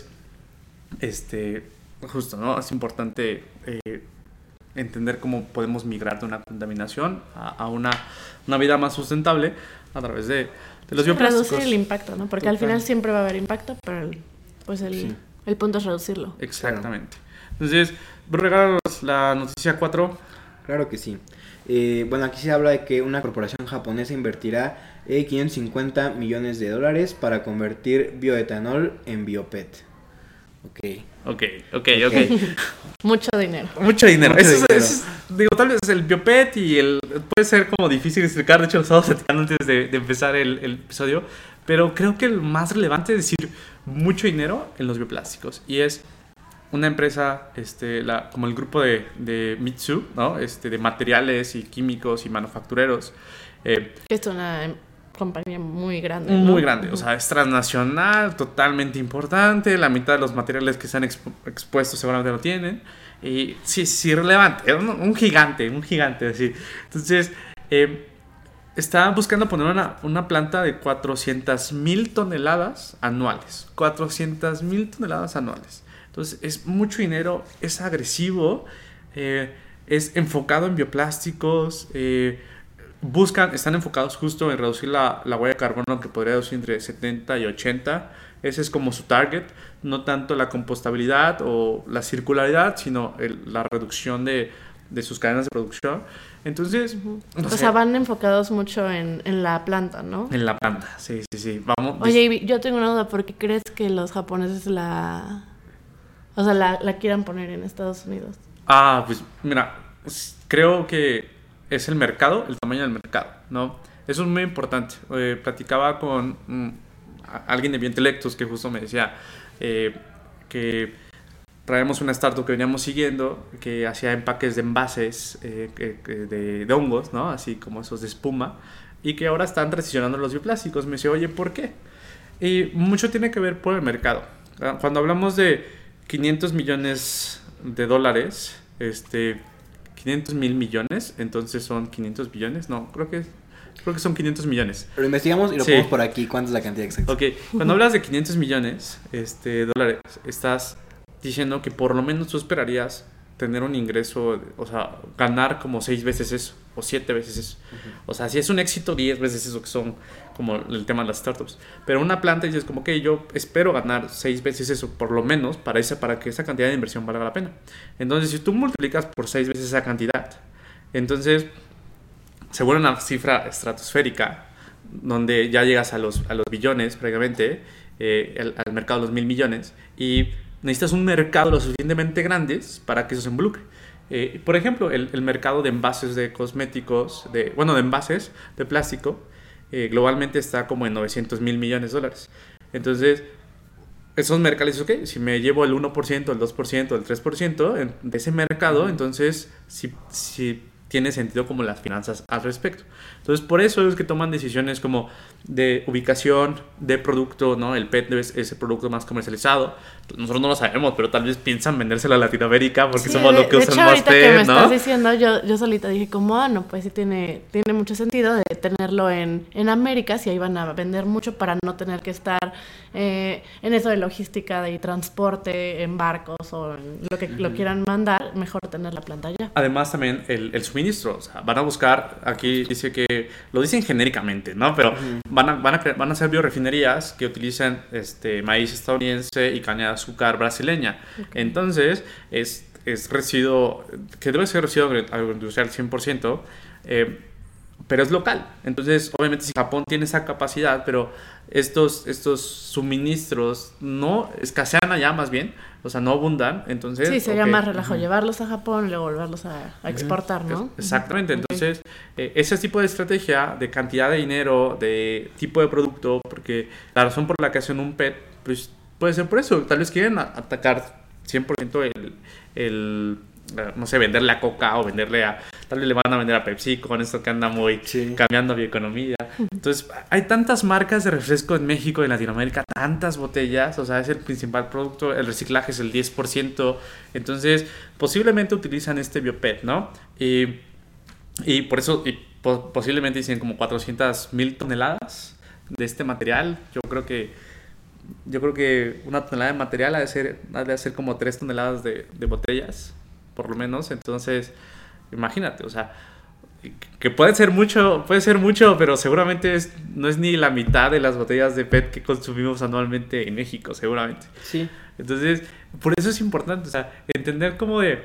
este, justo, ¿no? Es importante eh, entender cómo podemos migrar de una contaminación a, a una, una vida más sustentable a través de, de los sí, bioplásticos. Reducir el impacto, ¿no? Porque Total. al final siempre va a haber impacto, pero el, pues el, sí. el punto es reducirlo. Exactamente. Entonces, regálanos la noticia cuatro. Claro que sí. Eh, bueno, aquí se habla de que una corporación japonesa invertirá eh, quinientos cincuenta millones de dólares para convertir bioetanol en biopet. Ok. Ok, ok, ok. Mucho dinero. Mucho dinero. Mucho Eso, dinero. Es, eso es, digo, tal vez el biopet y el... Puede ser como difícil explicar, de hecho lo estamos platicando antes de, de empezar el, el episodio, pero creo que el más relevante es decir mucho dinero en los bioplásticos. Y es una empresa, este, la, como el grupo de, de Mitsui, ¿no? Este, de materiales y químicos y manufactureros. Eh, que es una compañía muy grande, ¿no? Muy grande, o sea, es transnacional, totalmente importante, la mitad de los materiales que están expu- expuestos seguramente lo tienen, y sí, sí, relevante, un, un gigante, un gigante, así. Entonces, eh, está buscando poner una, una planta de cuatrocientas mil toneladas anuales, cuatrocientas mil toneladas anuales. Entonces, es mucho dinero, es agresivo, eh, es enfocado en bioplásticos, eh, buscan, están enfocados justo en reducir la, la huella de carbono, que podría reducir entre setenta y ochenta. Ese es como su target, no tanto la compostabilidad o la circularidad, sino el, la reducción de, de sus cadenas de producción. Entonces, uh-huh. no o sé, sea, van enfocados mucho en, en la planta, ¿no? en la planta, sí, sí, sí. Vamos. Oye, Ivy, yo tengo una duda, ¿por qué crees que los japoneses la, o sea, la, la quieran poner en Estados Unidos? Ah, pues mira, creo que es el mercado, el tamaño del mercado, ¿no? Eso es muy importante. Eh, platicaba con mm, alguien de Biointelectos que justo me decía eh, que traemos una startup que veníamos siguiendo que hacía empaques de envases eh, que, que de, de hongos, ¿no? Así como esos de espuma, y que ahora están transicionando los bioplásticos. Me dice, oye, ¿por qué? Y mucho tiene que ver por el mercado. Cuando hablamos de quinientos millones de dólares, este... quinientos mil millones, entonces son quinientos billones, no, creo que creo que son quinientos millones. Lo investigamos y lo sí. ponemos por aquí, ¿cuánto es la cantidad exacta? Ok, cuando hablas de quinientos millones este, dólares, estás diciendo que por lo menos tú esperarías tener un ingreso, o sea, ganar como seis veces eso, o siete veces eso. Uh-huh. O sea, si es un éxito, diez veces eso, que son como el tema de las startups. Pero una planta dices como que yo espero ganar seis veces eso, por lo menos, para, esa, para que esa cantidad de inversión valga la pena. Entonces, si tú multiplicas por seis veces esa cantidad, entonces se vuelve una cifra estratosférica, donde ya llegas a los, a los billones prácticamente, eh, al, al mercado de los mil millones, y necesitas un mercado lo suficientemente grande para que eso se involucre. Eh, por ejemplo, el, el mercado de envases de cosméticos, de, bueno, de envases de plástico, eh, globalmente está como en novecientos mil millones de dólares. Entonces, esos mercados, ok, si me llevo el uno por ciento, el dos por ciento, el tres por ciento de ese mercado, entonces sí, sí tiene sentido como las finanzas al respecto. Entonces, por eso es que toman decisiones como de ubicación, de producto, ¿no? El P E T es ese producto más comercializado. Nosotros no lo sabemos, pero tal vez piensan vendérselo a Latinoamérica porque sí, somos de, los que de usan hecho, más P E T, ahorita que me ¿no? estás diciendo, yo, yo solita dije como, ah, no, pues sí tiene, tiene mucho sentido de tenerlo en, en América, si ahí van a vender mucho para no tener que estar eh, en eso de logística y transporte en barcos o en lo que uh-huh. lo quieran mandar, mejor tener la planta allá. Además también el, el suministro, o sea, van a buscar, aquí dice que, lo dicen genéricamente, ¿no? Pero uh-huh. van, a, van, a, van a hacer biorefinerías que utilizan este, maíz estadounidense y caña de azúcar brasileña. Okay. Entonces, es, es residuo, que debe ser residuo agroindustrial cien por ciento, eh, pero es local. Entonces, obviamente, si Japón tiene esa capacidad, pero estos, estos suministros no escasean allá más bien, o sea, no abundan, entonces... Sí, sería okay. más relajo uh-huh. llevarlos a Japón y luego volverlos a, a exportar, ¿no? Exactamente, uh-huh. entonces okay. eh, ese tipo de estrategia de cantidad de dinero, de tipo de producto, porque la razón por la que hacen un P E T, pues puede ser por eso, tal vez quieren atacar cien por ciento el, el, no sé, venderle a Coca o venderle a... Tal vez le van a vender a Pepsi con esto que anda muy Sí. cambiando bioeconomía. Entonces, hay tantas marcas de refresco en México y en Latinoamérica, tantas botellas, o sea, es el principal producto, el reciclaje es el diez por ciento. Entonces, posiblemente utilizan este biopet, ¿no? Y, y por eso, y po- posiblemente dicen como cuatrocientas mil toneladas de este material. Yo creo que yo creo que una tonelada de material ha de ser, ha de ser como tres toneladas de, de botellas, por lo menos. Entonces, imagínate, o sea, que puede ser mucho, puede ser mucho, pero seguramente es, no es ni la mitad de las botellas de P E T que consumimos anualmente en México, seguramente. Sí. Entonces, por eso es importante, o sea, entender cómo de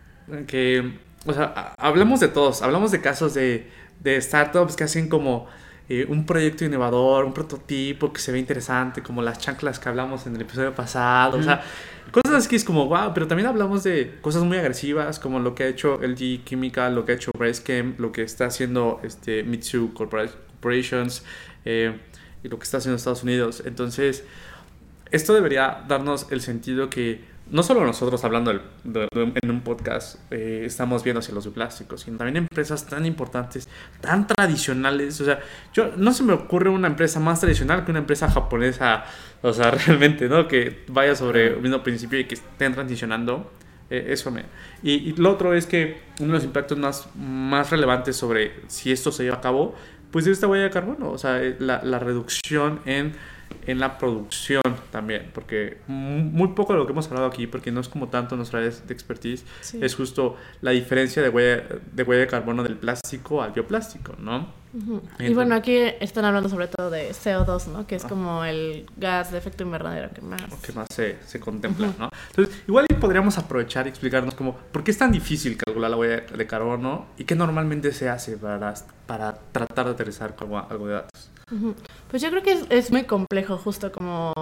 que, o sea, a- hablamos de todos, hablamos de casos de, de startups que hacen como eh, un proyecto innovador, un prototipo que se ve interesante, como las chanclas que hablamos en el episodio pasado, o sea, cosas así que es como wow, pero también hablamos de cosas muy agresivas, como lo que ha hecho L G Chemical, lo que ha hecho Braskem, lo que está haciendo este Mitsui Corpora- Corporations, eh, y lo que está haciendo Estados Unidos. Entonces, esto debería darnos el sentido que no solo nosotros hablando del- de- de- en un podcast eh, estamos viendo hacia los bioplásticos, sino también empresas tan importantes, tan tradicionales. O sea, yo no se me ocurre una empresa más tradicional que una empresa japonesa, o sea, realmente, ¿no? Que vaya sobre el mismo principio y que estén transicionando. Eh, eso me... Y, y lo otro es que uno de los impactos más, más relevantes sobre si esto se lleva a cabo, pues es esta huella de carbono, o sea, eh, la, la reducción en en la producción también, porque muy poco de lo que hemos hablado aquí, porque no es como tanto nuestra área de expertise, Sí. es justo la diferencia de huella, de huella de carbono del plástico al bioplástico, ¿no? Ujú. Y Entonces- bueno, aquí están hablando sobre todo de C O dos, ¿no? Que es Ah. como el gas de efecto invernadero que más... Que más se, se contempla, Ujú. ¿no? Entonces, igual y podríamos aprovechar y explicarnos como por qué es tan difícil calcular la huella de carbono y qué normalmente se hace para, para tratar de aterrizar como algo de datos. Ujú. Pues yo creo que es, es muy complejo, justo como,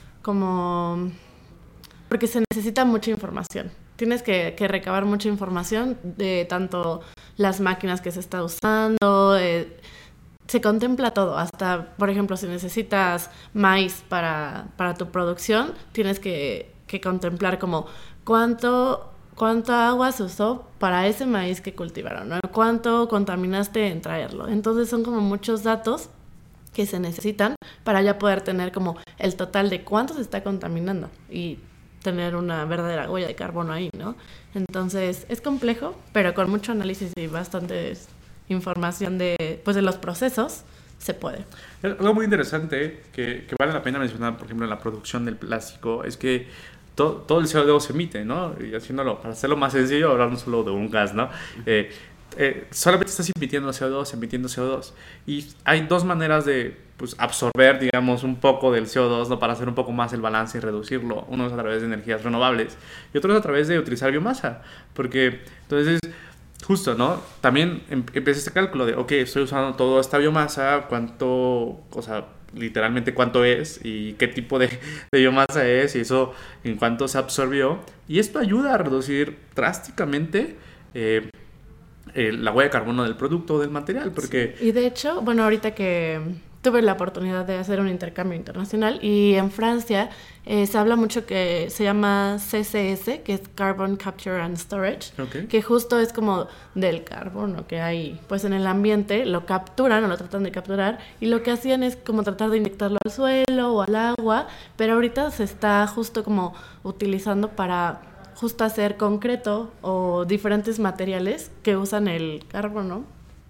como... Porque se necesita mucha información. Tienes que, que recabar mucha información de tanto las máquinas que se está usando, eh, se contempla todo. Hasta, por ejemplo, si necesitas maíz para, para tu producción, tienes que, que contemplar como cuánto... cuánta agua se usó para ese maíz que cultivaron, ¿no? Cuánto contaminaste en traerlo. Entonces son como muchos datos que se necesitan para ya poder tener como el total de cuánto se está contaminando y tener una verdadera huella de carbono ahí, ¿no? Entonces es complejo, pero con mucho análisis y bastante información de, pues, de los procesos se puede. Algo muy interesante que, que vale la pena mencionar, por ejemplo, en la producción del plástico, es que todo, todo el C O dos se emite, ¿no? Y haciéndolo, para hacerlo más sencillo, hablando solo de un gas, ¿no? Eh, eh, solamente estás emitiendo C O dos, emitiendo C O dos. Y hay dos maneras de pues, absorber, digamos, un poco del C O dos, ¿no? Para hacer un poco más el balance y reducirlo. Uno es a través de energías renovables y otro es a través de utilizar biomasa. Porque, entonces, justo, ¿no? También em- empieza este cálculo de, ok, estoy usando toda esta biomasa, cuánto, o sea, literalmente cuánto es y qué tipo de, de biomasa es y eso en cuánto se absorbió. Y esto ayuda a reducir drásticamente eh, eh, la huella de carbono del producto o del material, porque... Y de hecho, bueno, ahorita que tuve la oportunidad de hacer un intercambio internacional y en Francia eh, se habla mucho que se llama C C S, que es Carbon Capture and Storage, Okay. que justo es como del carbono que hay pues en el ambiente, lo capturan o lo tratan de capturar y lo que hacían es como tratar de inyectarlo al suelo o al agua, pero ahorita se está justo como utilizando para justo hacer concreto o diferentes materiales que usan el carbono.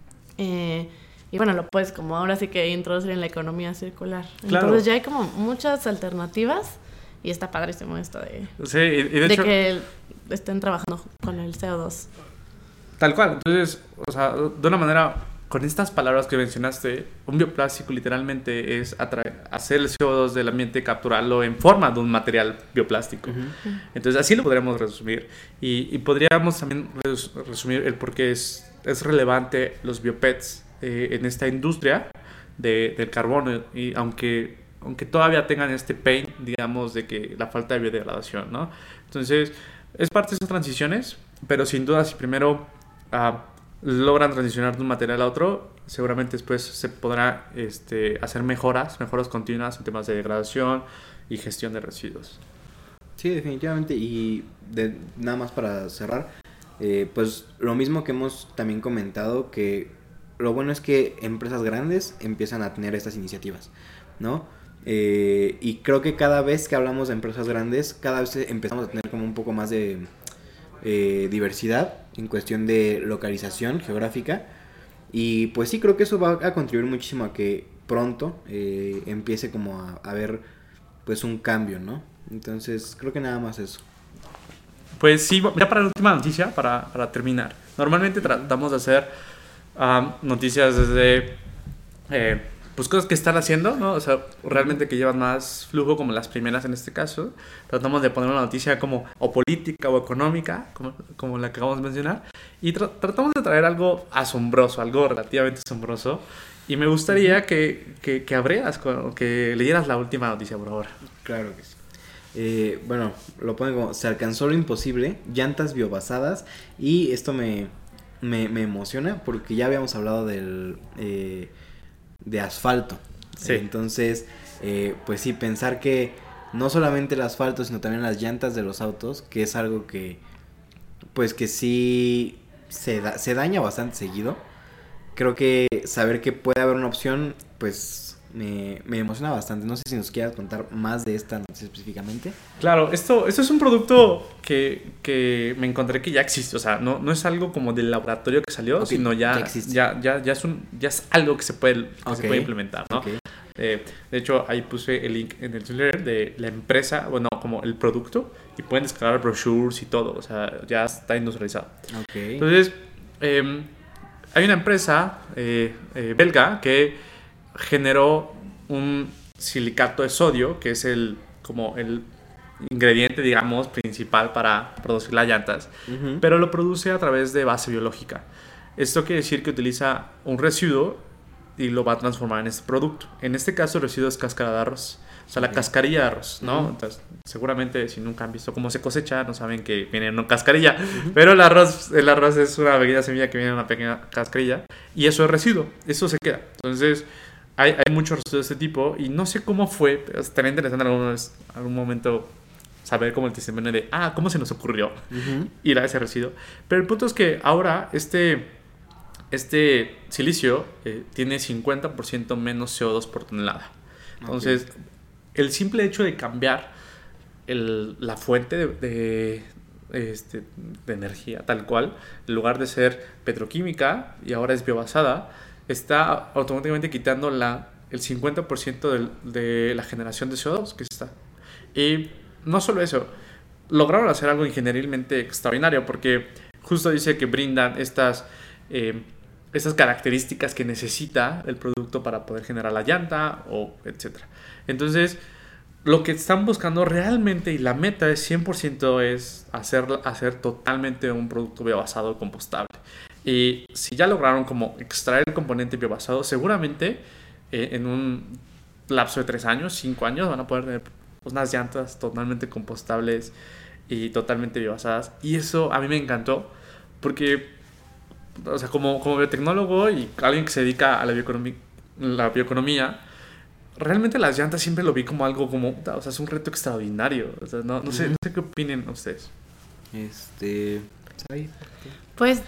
Eh, y bueno, lo puedes como ahora sí que introducir en la economía circular. Claro. Entonces ya hay como muchas alternativas y está padrísimo esto de, Sí, y, y de, de hecho... que estén trabajando con el C O dos. Tal cual, entonces, o sea, de una manera, con estas palabras que mencionaste, un bioplástico literalmente es atra- hacer el C O dos del ambiente, capturarlo en forma de un material bioplástico. Ujú. Entonces, así lo podríamos resumir. Y, y podríamos también res- resumir el por qué es, es relevante los biopets eh, en esta industria de, del carbono. Y aunque, aunque todavía tengan este pain, digamos, de que la falta de biodegradación, ¿no? Entonces, es parte de esas transiciones, pero sin duda, si primero ah, logran transicionar de un material a otro, seguramente después se podrá este, hacer mejoras, mejoras continuas en temas de degradación y gestión de residuos. Sí, definitivamente. Y de, nada más para cerrar, Eh, pues lo mismo que hemos también comentado, que lo bueno es que empresas grandes empiezan a tener estas iniciativas, ¿no? Eh, y creo que cada vez que hablamos de empresas grandes, cada vez empezamos a tener como un poco más de eh, diversidad en cuestión de localización geográfica. Y pues sí, creo que eso va a contribuir muchísimo a que pronto eh, empiece como a, a haber pues un cambio, ¿no? Entonces creo que nada más eso. Pues sí, ya para la última noticia, para, para terminar. Normalmente tratamos de hacer um, noticias desde eh, pues cosas que están haciendo, ¿no? O sea, realmente que llevan más flujo, como las primeras en este caso. Tratamos de poner una noticia como o política o económica, como, como la que acabamos de mencionar. Y tra- tratamos de traer algo asombroso, algo relativamente asombroso. Y me gustaría que, que, que abrieras, que leyeras la última noticia, por favor. Claro que sí. Eh, bueno, lo pone como: se alcanzó lo imposible, llantas biobasadas. Y esto me, me, me emociona porque ya habíamos hablado del eh, de asfalto. Sí. Entonces, eh, pues sí, pensar que no solamente el asfalto, sino también las llantas de los autos, que es algo que pues que sí se, da, se daña bastante seguido. Creo que saber que puede haber una opción, pues me, me emociona bastante. No sé si nos quieras contar más de esta noticia específicamente. Claro, esto, esto es un producto que, que me encontré que ya existe. O sea, no, no es algo como del laboratorio que salió, Okay, sino ya, ya existe. ya, ya, ya, es un, ya es algo que se puede, que Okay. se puede implementar, ¿no? Okay. Eh, de hecho, ahí puse el link en el Twitter de la empresa, bueno, como el producto, y pueden descargar brochures y todo. O sea, ya está industrializado. Okay. Entonces, eh, hay una empresa eh, eh, belga que generó un silicato de sodio, que es el como el ingrediente, digamos, principal para producir las llantas, Uh-huh. pero lo produce a través de base biológica. Esto quiere decir que utiliza un residuo y lo va a transformar en este producto. En este caso, el residuo es cáscara de arroz, o sea, la Ok. cascarilla de arroz, ¿no? Ujú. Entonces, seguramente si nunca han visto cómo se cosecha, no saben que viene en una cascarilla, pero el arroz, el arroz es una pequeña semilla que viene en una pequeña cascarilla, y eso es residuo, eso se queda. Entonces, hay, hay muchos residuos de este tipo, y no sé cómo fue, pero estaría interesante en algún, algún momento saber cómo el testimonio de, ah, ¿cómo se nos ocurrió Uh-huh. ir a ese residuo? Pero el punto es que ahora este, este silicio eh, tiene cincuenta por ciento menos C O dos por tonelada. Entonces, okay. el simple hecho de cambiar el, la fuente de, de, este, de energía tal cual, en lugar de ser petroquímica y ahora es biobasada, está automáticamente quitando la, el cincuenta por ciento de, de la generación de C O dos que está. Y no solo eso, lograron hacer algo ingenierilmente extraordinario, porque justo dice que brindan estas, eh, estas características que necesita el producto para poder generar la llanta, o etcétera. Entonces, lo que están buscando realmente, y la meta es cien por ciento, es hacer, hacer totalmente un producto biobasado compostable. Y si ya lograron como extraer el componente biobasado, seguramente eh, en un lapso de tres años, cinco años, van a poder tener unas llantas totalmente compostables y totalmente biobasadas. Y eso a mí me encantó, porque, o sea, como, como biotecnólogo y alguien que se dedica a la bioeconomía, la bioeconomía, realmente las llantas siempre lo vi como algo como, o sea, es un reto extraordinario. O sea, no, no, sé, no sé qué opinen ustedes. Este... Pues,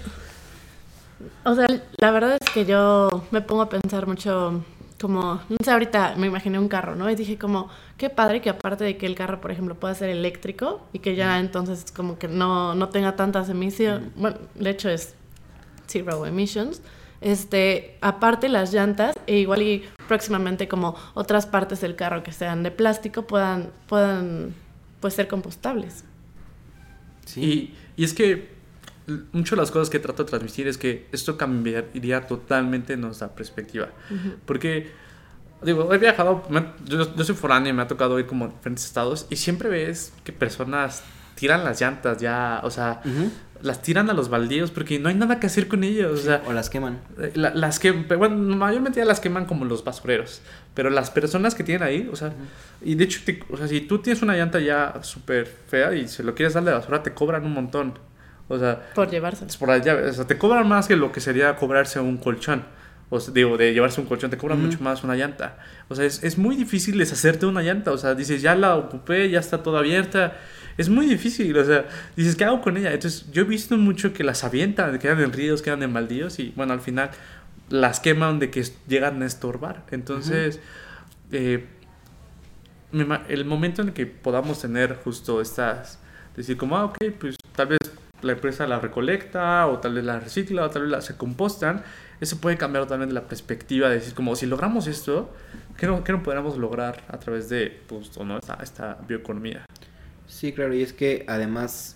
o sea, la verdad es que yo me pongo a pensar mucho, como, no sé, ahorita me imaginé un carro, ¿no? Y dije como, qué padre que aparte de que el carro, por ejemplo, pueda ser eléctrico y que ya entonces como que no, no tenga tantas emisiones, mm. bueno, de hecho es zero emissions, este, aparte las llantas, e igual y próximamente como otras partes del carro que sean de plástico puedan, puedan pues ser compostables. Sí. Y, y es que muchas de las cosas que trato de transmitir es que esto cambiaría totalmente nuestra perspectiva. Uh-huh. Porque, digo, he viajado, me, yo, yo soy foráneo y me ha tocado ir como a diferentes estados y siempre ves que personas tiran las llantas ya, o sea, uh-huh. las tiran a los baldíos porque no hay nada que hacer con ellos. Sí, o, sea, o las queman. La, las que, bueno, mayormente ya las queman como los basureros. Pero las personas que tienen ahí, o sea, uh-huh. y de hecho, te, o sea, si tú tienes una llanta ya súper fea y se lo quieres dar de basura, te cobran un montón. O sea, por llevarse. Por la llave. O sea, te cobran más que lo que sería cobrarse un colchón. O sea, digo, de llevarse un colchón, te cobran uh-huh. mucho más una llanta. O sea, es, es muy difícil deshacerte de una llanta. O sea, dices, ya la ocupé, ya está toda abierta. es muy difícil, o sea, dices, ¿qué hago con ella? Entonces, yo he visto mucho que las avientan, quedan en ríos, quedan en baldíos y, bueno, al final las queman de que llegan a estorbar. Entonces, uh-huh. eh, el momento en el que podamos tener justo estas, decir como, ah, ok, pues tal vez la empresa la recolecta, o tal vez la recicla, o tal vez la se compostan, eso puede cambiar totalmente la perspectiva de decir como, si logramos esto, ¿qué no, qué no podríamos lograr a través de, pues, ¿no? esta, esta bioeconomía? Sí, claro, y es que además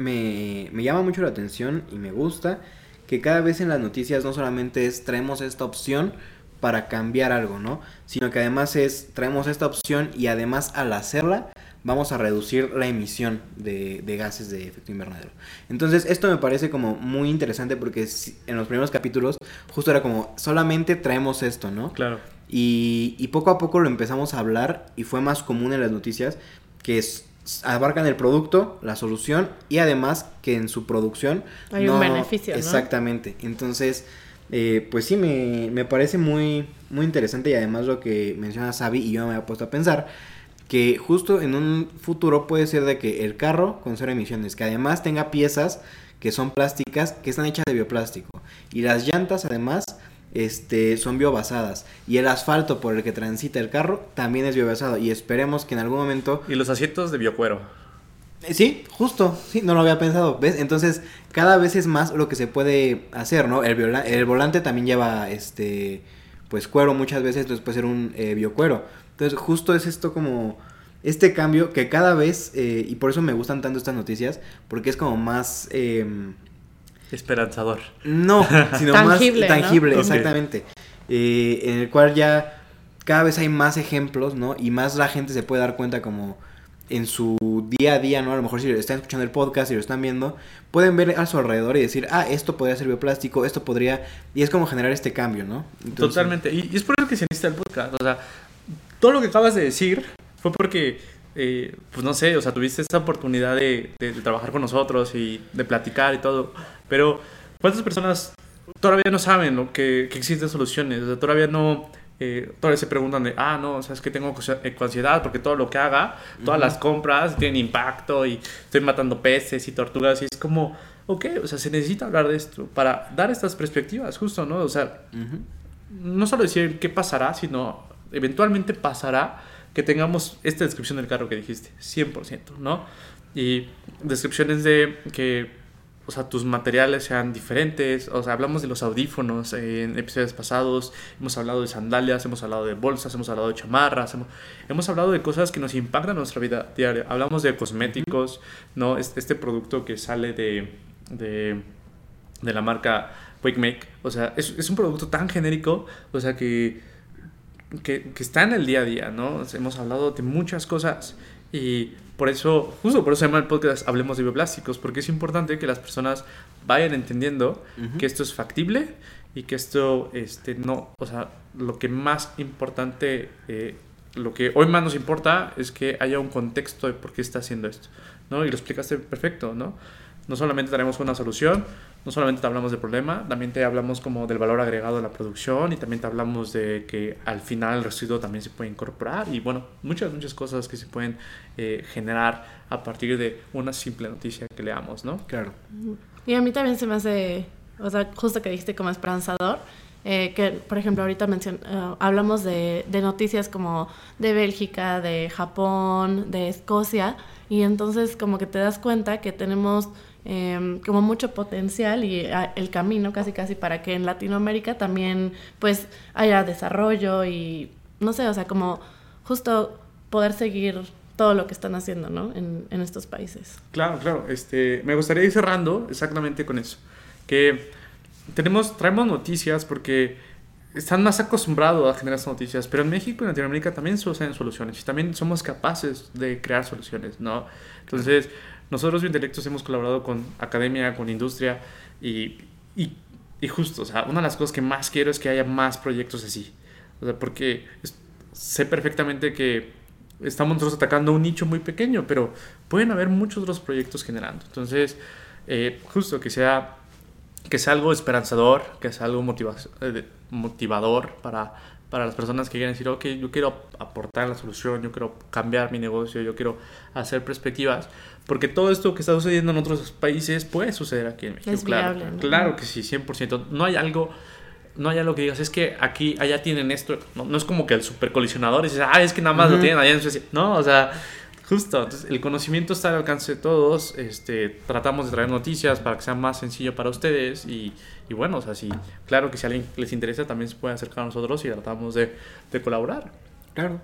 me, me llama mucho la atención y me gusta que cada vez en las noticias no solamente es traemos esta opción para cambiar algo, ¿no? Sino que además es traemos esta opción y además al hacerla vamos a reducir la emisión de, de gases de efecto invernadero. Entonces esto me parece como muy interesante porque en los primeros capítulos justo era como solamente traemos esto, ¿no? Claro. Y, y poco a poco lo empezamos a hablar y fue más común en las noticias que es, abarcan el producto, la solución y además que en su producción hay no, un beneficio, ¿no? Exactamente. Entonces, eh, pues sí, me, me parece muy, muy interesante y además lo que menciona Xavi y yo me había puesto a pensar que justo en un futuro puede ser de que el carro con cero emisiones, que además tenga piezas que son plásticas, que están hechas de bioplástico y las llantas además este, son biobasadas y el asfalto por el que transita el carro también es biobasado y esperemos que en algún momento... Y los asientos de biocuero. Sí, justo, sí, no lo había pensado, ¿ves? Entonces, cada vez es más lo que se puede hacer, ¿no? El, viola- el volante también lleva, este, pues, cuero muchas veces, entonces puede ser un eh, biocuero. Entonces, justo es esto como, este cambio que cada vez, eh, y por eso me gustan tanto estas noticias, porque es como más... Eh, esperanzador. No, sino tangible, más tangible, ¿no? exactamente. Okay. Eh, en el cual ya cada vez hay más ejemplos, ¿no? Y más la gente se puede dar cuenta como en su día a día, ¿no? A lo mejor si están escuchando el podcast y lo están viendo, pueden ver a su alrededor y decir, ah, esto podría ser bioplástico, esto podría... Y es como generar este cambio, ¿no? Entonces... Totalmente. Y, y es por eso que se necesita el podcast. O sea, todo lo que acabas de decir fue porque, eh, pues no sé, o sea, tuviste esta oportunidad de, de, de trabajar con nosotros y de platicar y todo. Pero, ¿cuántas personas todavía no saben, ¿no? que, que existen soluciones? O sea, todavía no... Eh, todavía se preguntan de, ah, no, sabes que tengo ansiedad porque todo lo que haga, todas uh-huh. las compras tienen impacto y estoy matando peces y tortugas y es como, ok, o sea, se necesita hablar de esto para dar estas perspectivas, justo, ¿no? O sea, uh-huh. no solo decir qué pasará, sino eventualmente pasará que tengamos esta descripción del carro que dijiste, cien por ciento, ¿no? Y descripciones de que... O sea, tus materiales sean diferentes. O sea, hablamos de los audífonos en episodios pasados. Hemos hablado de sandalias, hemos hablado de bolsas, hemos hablado de chamarras. Hemos, hemos hablado de cosas que nos impactan en nuestra vida diaria. Hablamos de cosméticos, ¿no? Este, este producto que sale de, de, de la marca Wake Make. O sea, es, es un producto tan genérico, o sea, que, que, que está en el día a día, ¿no? O sea, hemos hablado de muchas cosas y... Por eso, justo por eso se llama el podcast Hablemos de Bioplásticos, porque es importante que las personas vayan entendiendo uh-huh. que esto es factible y que esto, este, no, o sea, lo que más importante, eh, lo que hoy más nos importa es que haya un contexto de por qué está haciendo esto, ¿no? Y lo explicaste perfecto, ¿no? No solamente tenemos una solución, no solamente te hablamos del problema, también te hablamos como del valor agregado de la producción y también te hablamos de que al final el residuo también se puede incorporar y bueno, muchas, muchas cosas que se pueden eh, generar a partir de una simple noticia que leamos, ¿no? Claro. Y a mí también se me hace, o sea, justo que dijiste como esperanzador, eh, que por ejemplo ahorita mencion- uh, hablamos de, de noticias como de Bélgica, de Japón, de Escocia y entonces como que te das cuenta que tenemos... Eh, como mucho potencial y a, el camino casi casi para que en Latinoamérica también pues haya desarrollo y no sé, o sea, como justo poder seguir todo lo que están haciendo, ¿no? En, en estos países. Claro, claro. Este, me gustaría ir cerrando exactamente con eso. Que tenemos, traemos noticias porque están más acostumbrados a generar estas noticias, pero en México y en Latinoamérica también se usan soluciones y también somos capaces de crear soluciones, ¿no? Entonces... Nosotros Biointelectos hemos colaborado con academia, con industria y, y, y justo, o sea, una de las cosas que más quiero es que haya más proyectos así. O sea, porque es, sé perfectamente que estamos nosotros atacando un nicho muy pequeño, pero pueden haber muchos otros proyectos generando. Entonces, eh, justo que sea, que sea algo esperanzador, que sea algo motiva- eh, motivador para, para las personas que quieran decir, ok, yo quiero aportar la solución, yo quiero cambiar mi negocio, yo quiero hacer perspectivas, porque todo esto que está sucediendo en otros países puede suceder aquí en México. Es claro, viable, ¿no? Claro que sí, cien por ciento. No hay algo... No hay algo que digas, es que aquí, allá tienen esto. No, no es como que el super colisionador y dices, ah, es que nada más uh-huh. lo tienen allá en Suecia. No, o sea, justo. Entonces, el conocimiento está al alcance de todos. Este, tratamos de traer noticias para que sea más sencillo para ustedes. Y, y bueno, o sea, sí, claro que si a alguien les interesa, también se puede acercar a nosotros y tratamos de, de colaborar. Claro.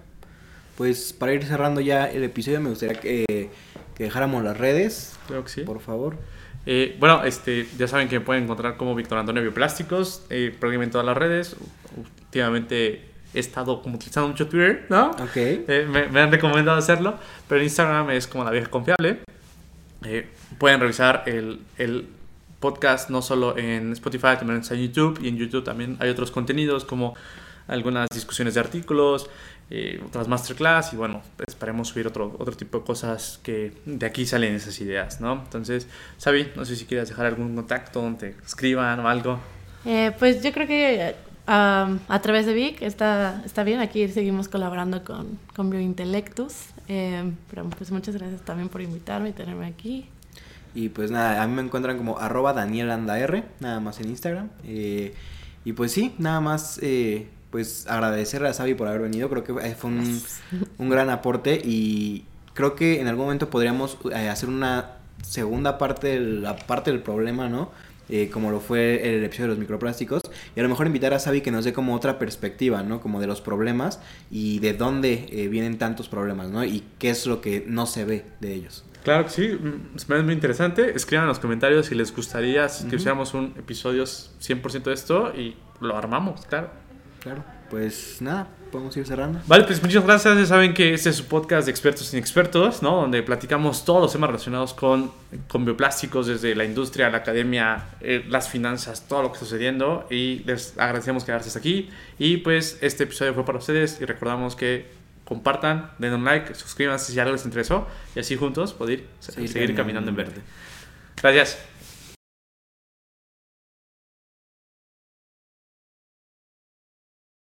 Pues para ir cerrando ya el episodio, me gustaría que, que dejáramos las redes. Creo que sí. Por favor. Eh, bueno, este, ya saben que me pueden encontrar como Víctor Antonio Bioplásticos, eh, prácticamente en todas las redes. Últimamente he estado como utilizando mucho Twitter, ¿no? Ok. Eh, me, me han recomendado hacerlo, pero en Instagram es como La Vieja Confiable. Eh, pueden revisar el, el podcast no solo en Spotify, también está en YouTube, y en YouTube también hay otros contenidos como algunas discusiones de artículos, eh, otras masterclass, y bueno, esperemos subir otro, otro tipo de cosas que de aquí salen esas ideas, ¿no? Entonces, Sabi, no sé si quieres dejar algún contacto donde te escriban o algo. Eh, pues yo creo que um, a través de Vic está, está bien, aquí seguimos colaborando con, con Biointelectus, eh, pero pues muchas gracias también por invitarme y tenerme aquí. Y pues nada, a mí me encuentran como arroba danielandar, nada más en Instagram, eh, y pues sí, nada más... Eh, pues agradecerle a Sabi por haber venido, creo que fue un, un gran aporte y creo que en algún momento podríamos eh, hacer una segunda parte de la parte del problema, ¿no? Eh, como lo fue el episodio de los microplásticos, y a lo mejor invitar a Sabi que nos dé como otra perspectiva, ¿no? Como de los problemas y de dónde eh, vienen tantos problemas, ¿no? Y qué es lo que no se ve de ellos. Claro que sí, es muy interesante. Escriban en los comentarios si les gustaría uh-huh. que hiciéramos un episodio cien por ciento de esto y lo armamos, claro. Claro, pues nada, podemos ir cerrando. Vale, pues muchas gracias. Ya saben que este es su podcast de expertos sin expertos, ¿no? Donde platicamos todos los temas relacionados con, con bioplásticos, desde la industria, la academia, eh, las finanzas, todo lo que está sucediendo. Y les agradecemos quedarse hasta aquí. Y pues este episodio fue para ustedes. Y recordamos que compartan, den un like, suscríbanse si algo les interesó. Y así juntos poder seguir, seguir caminando en verde. Gracias.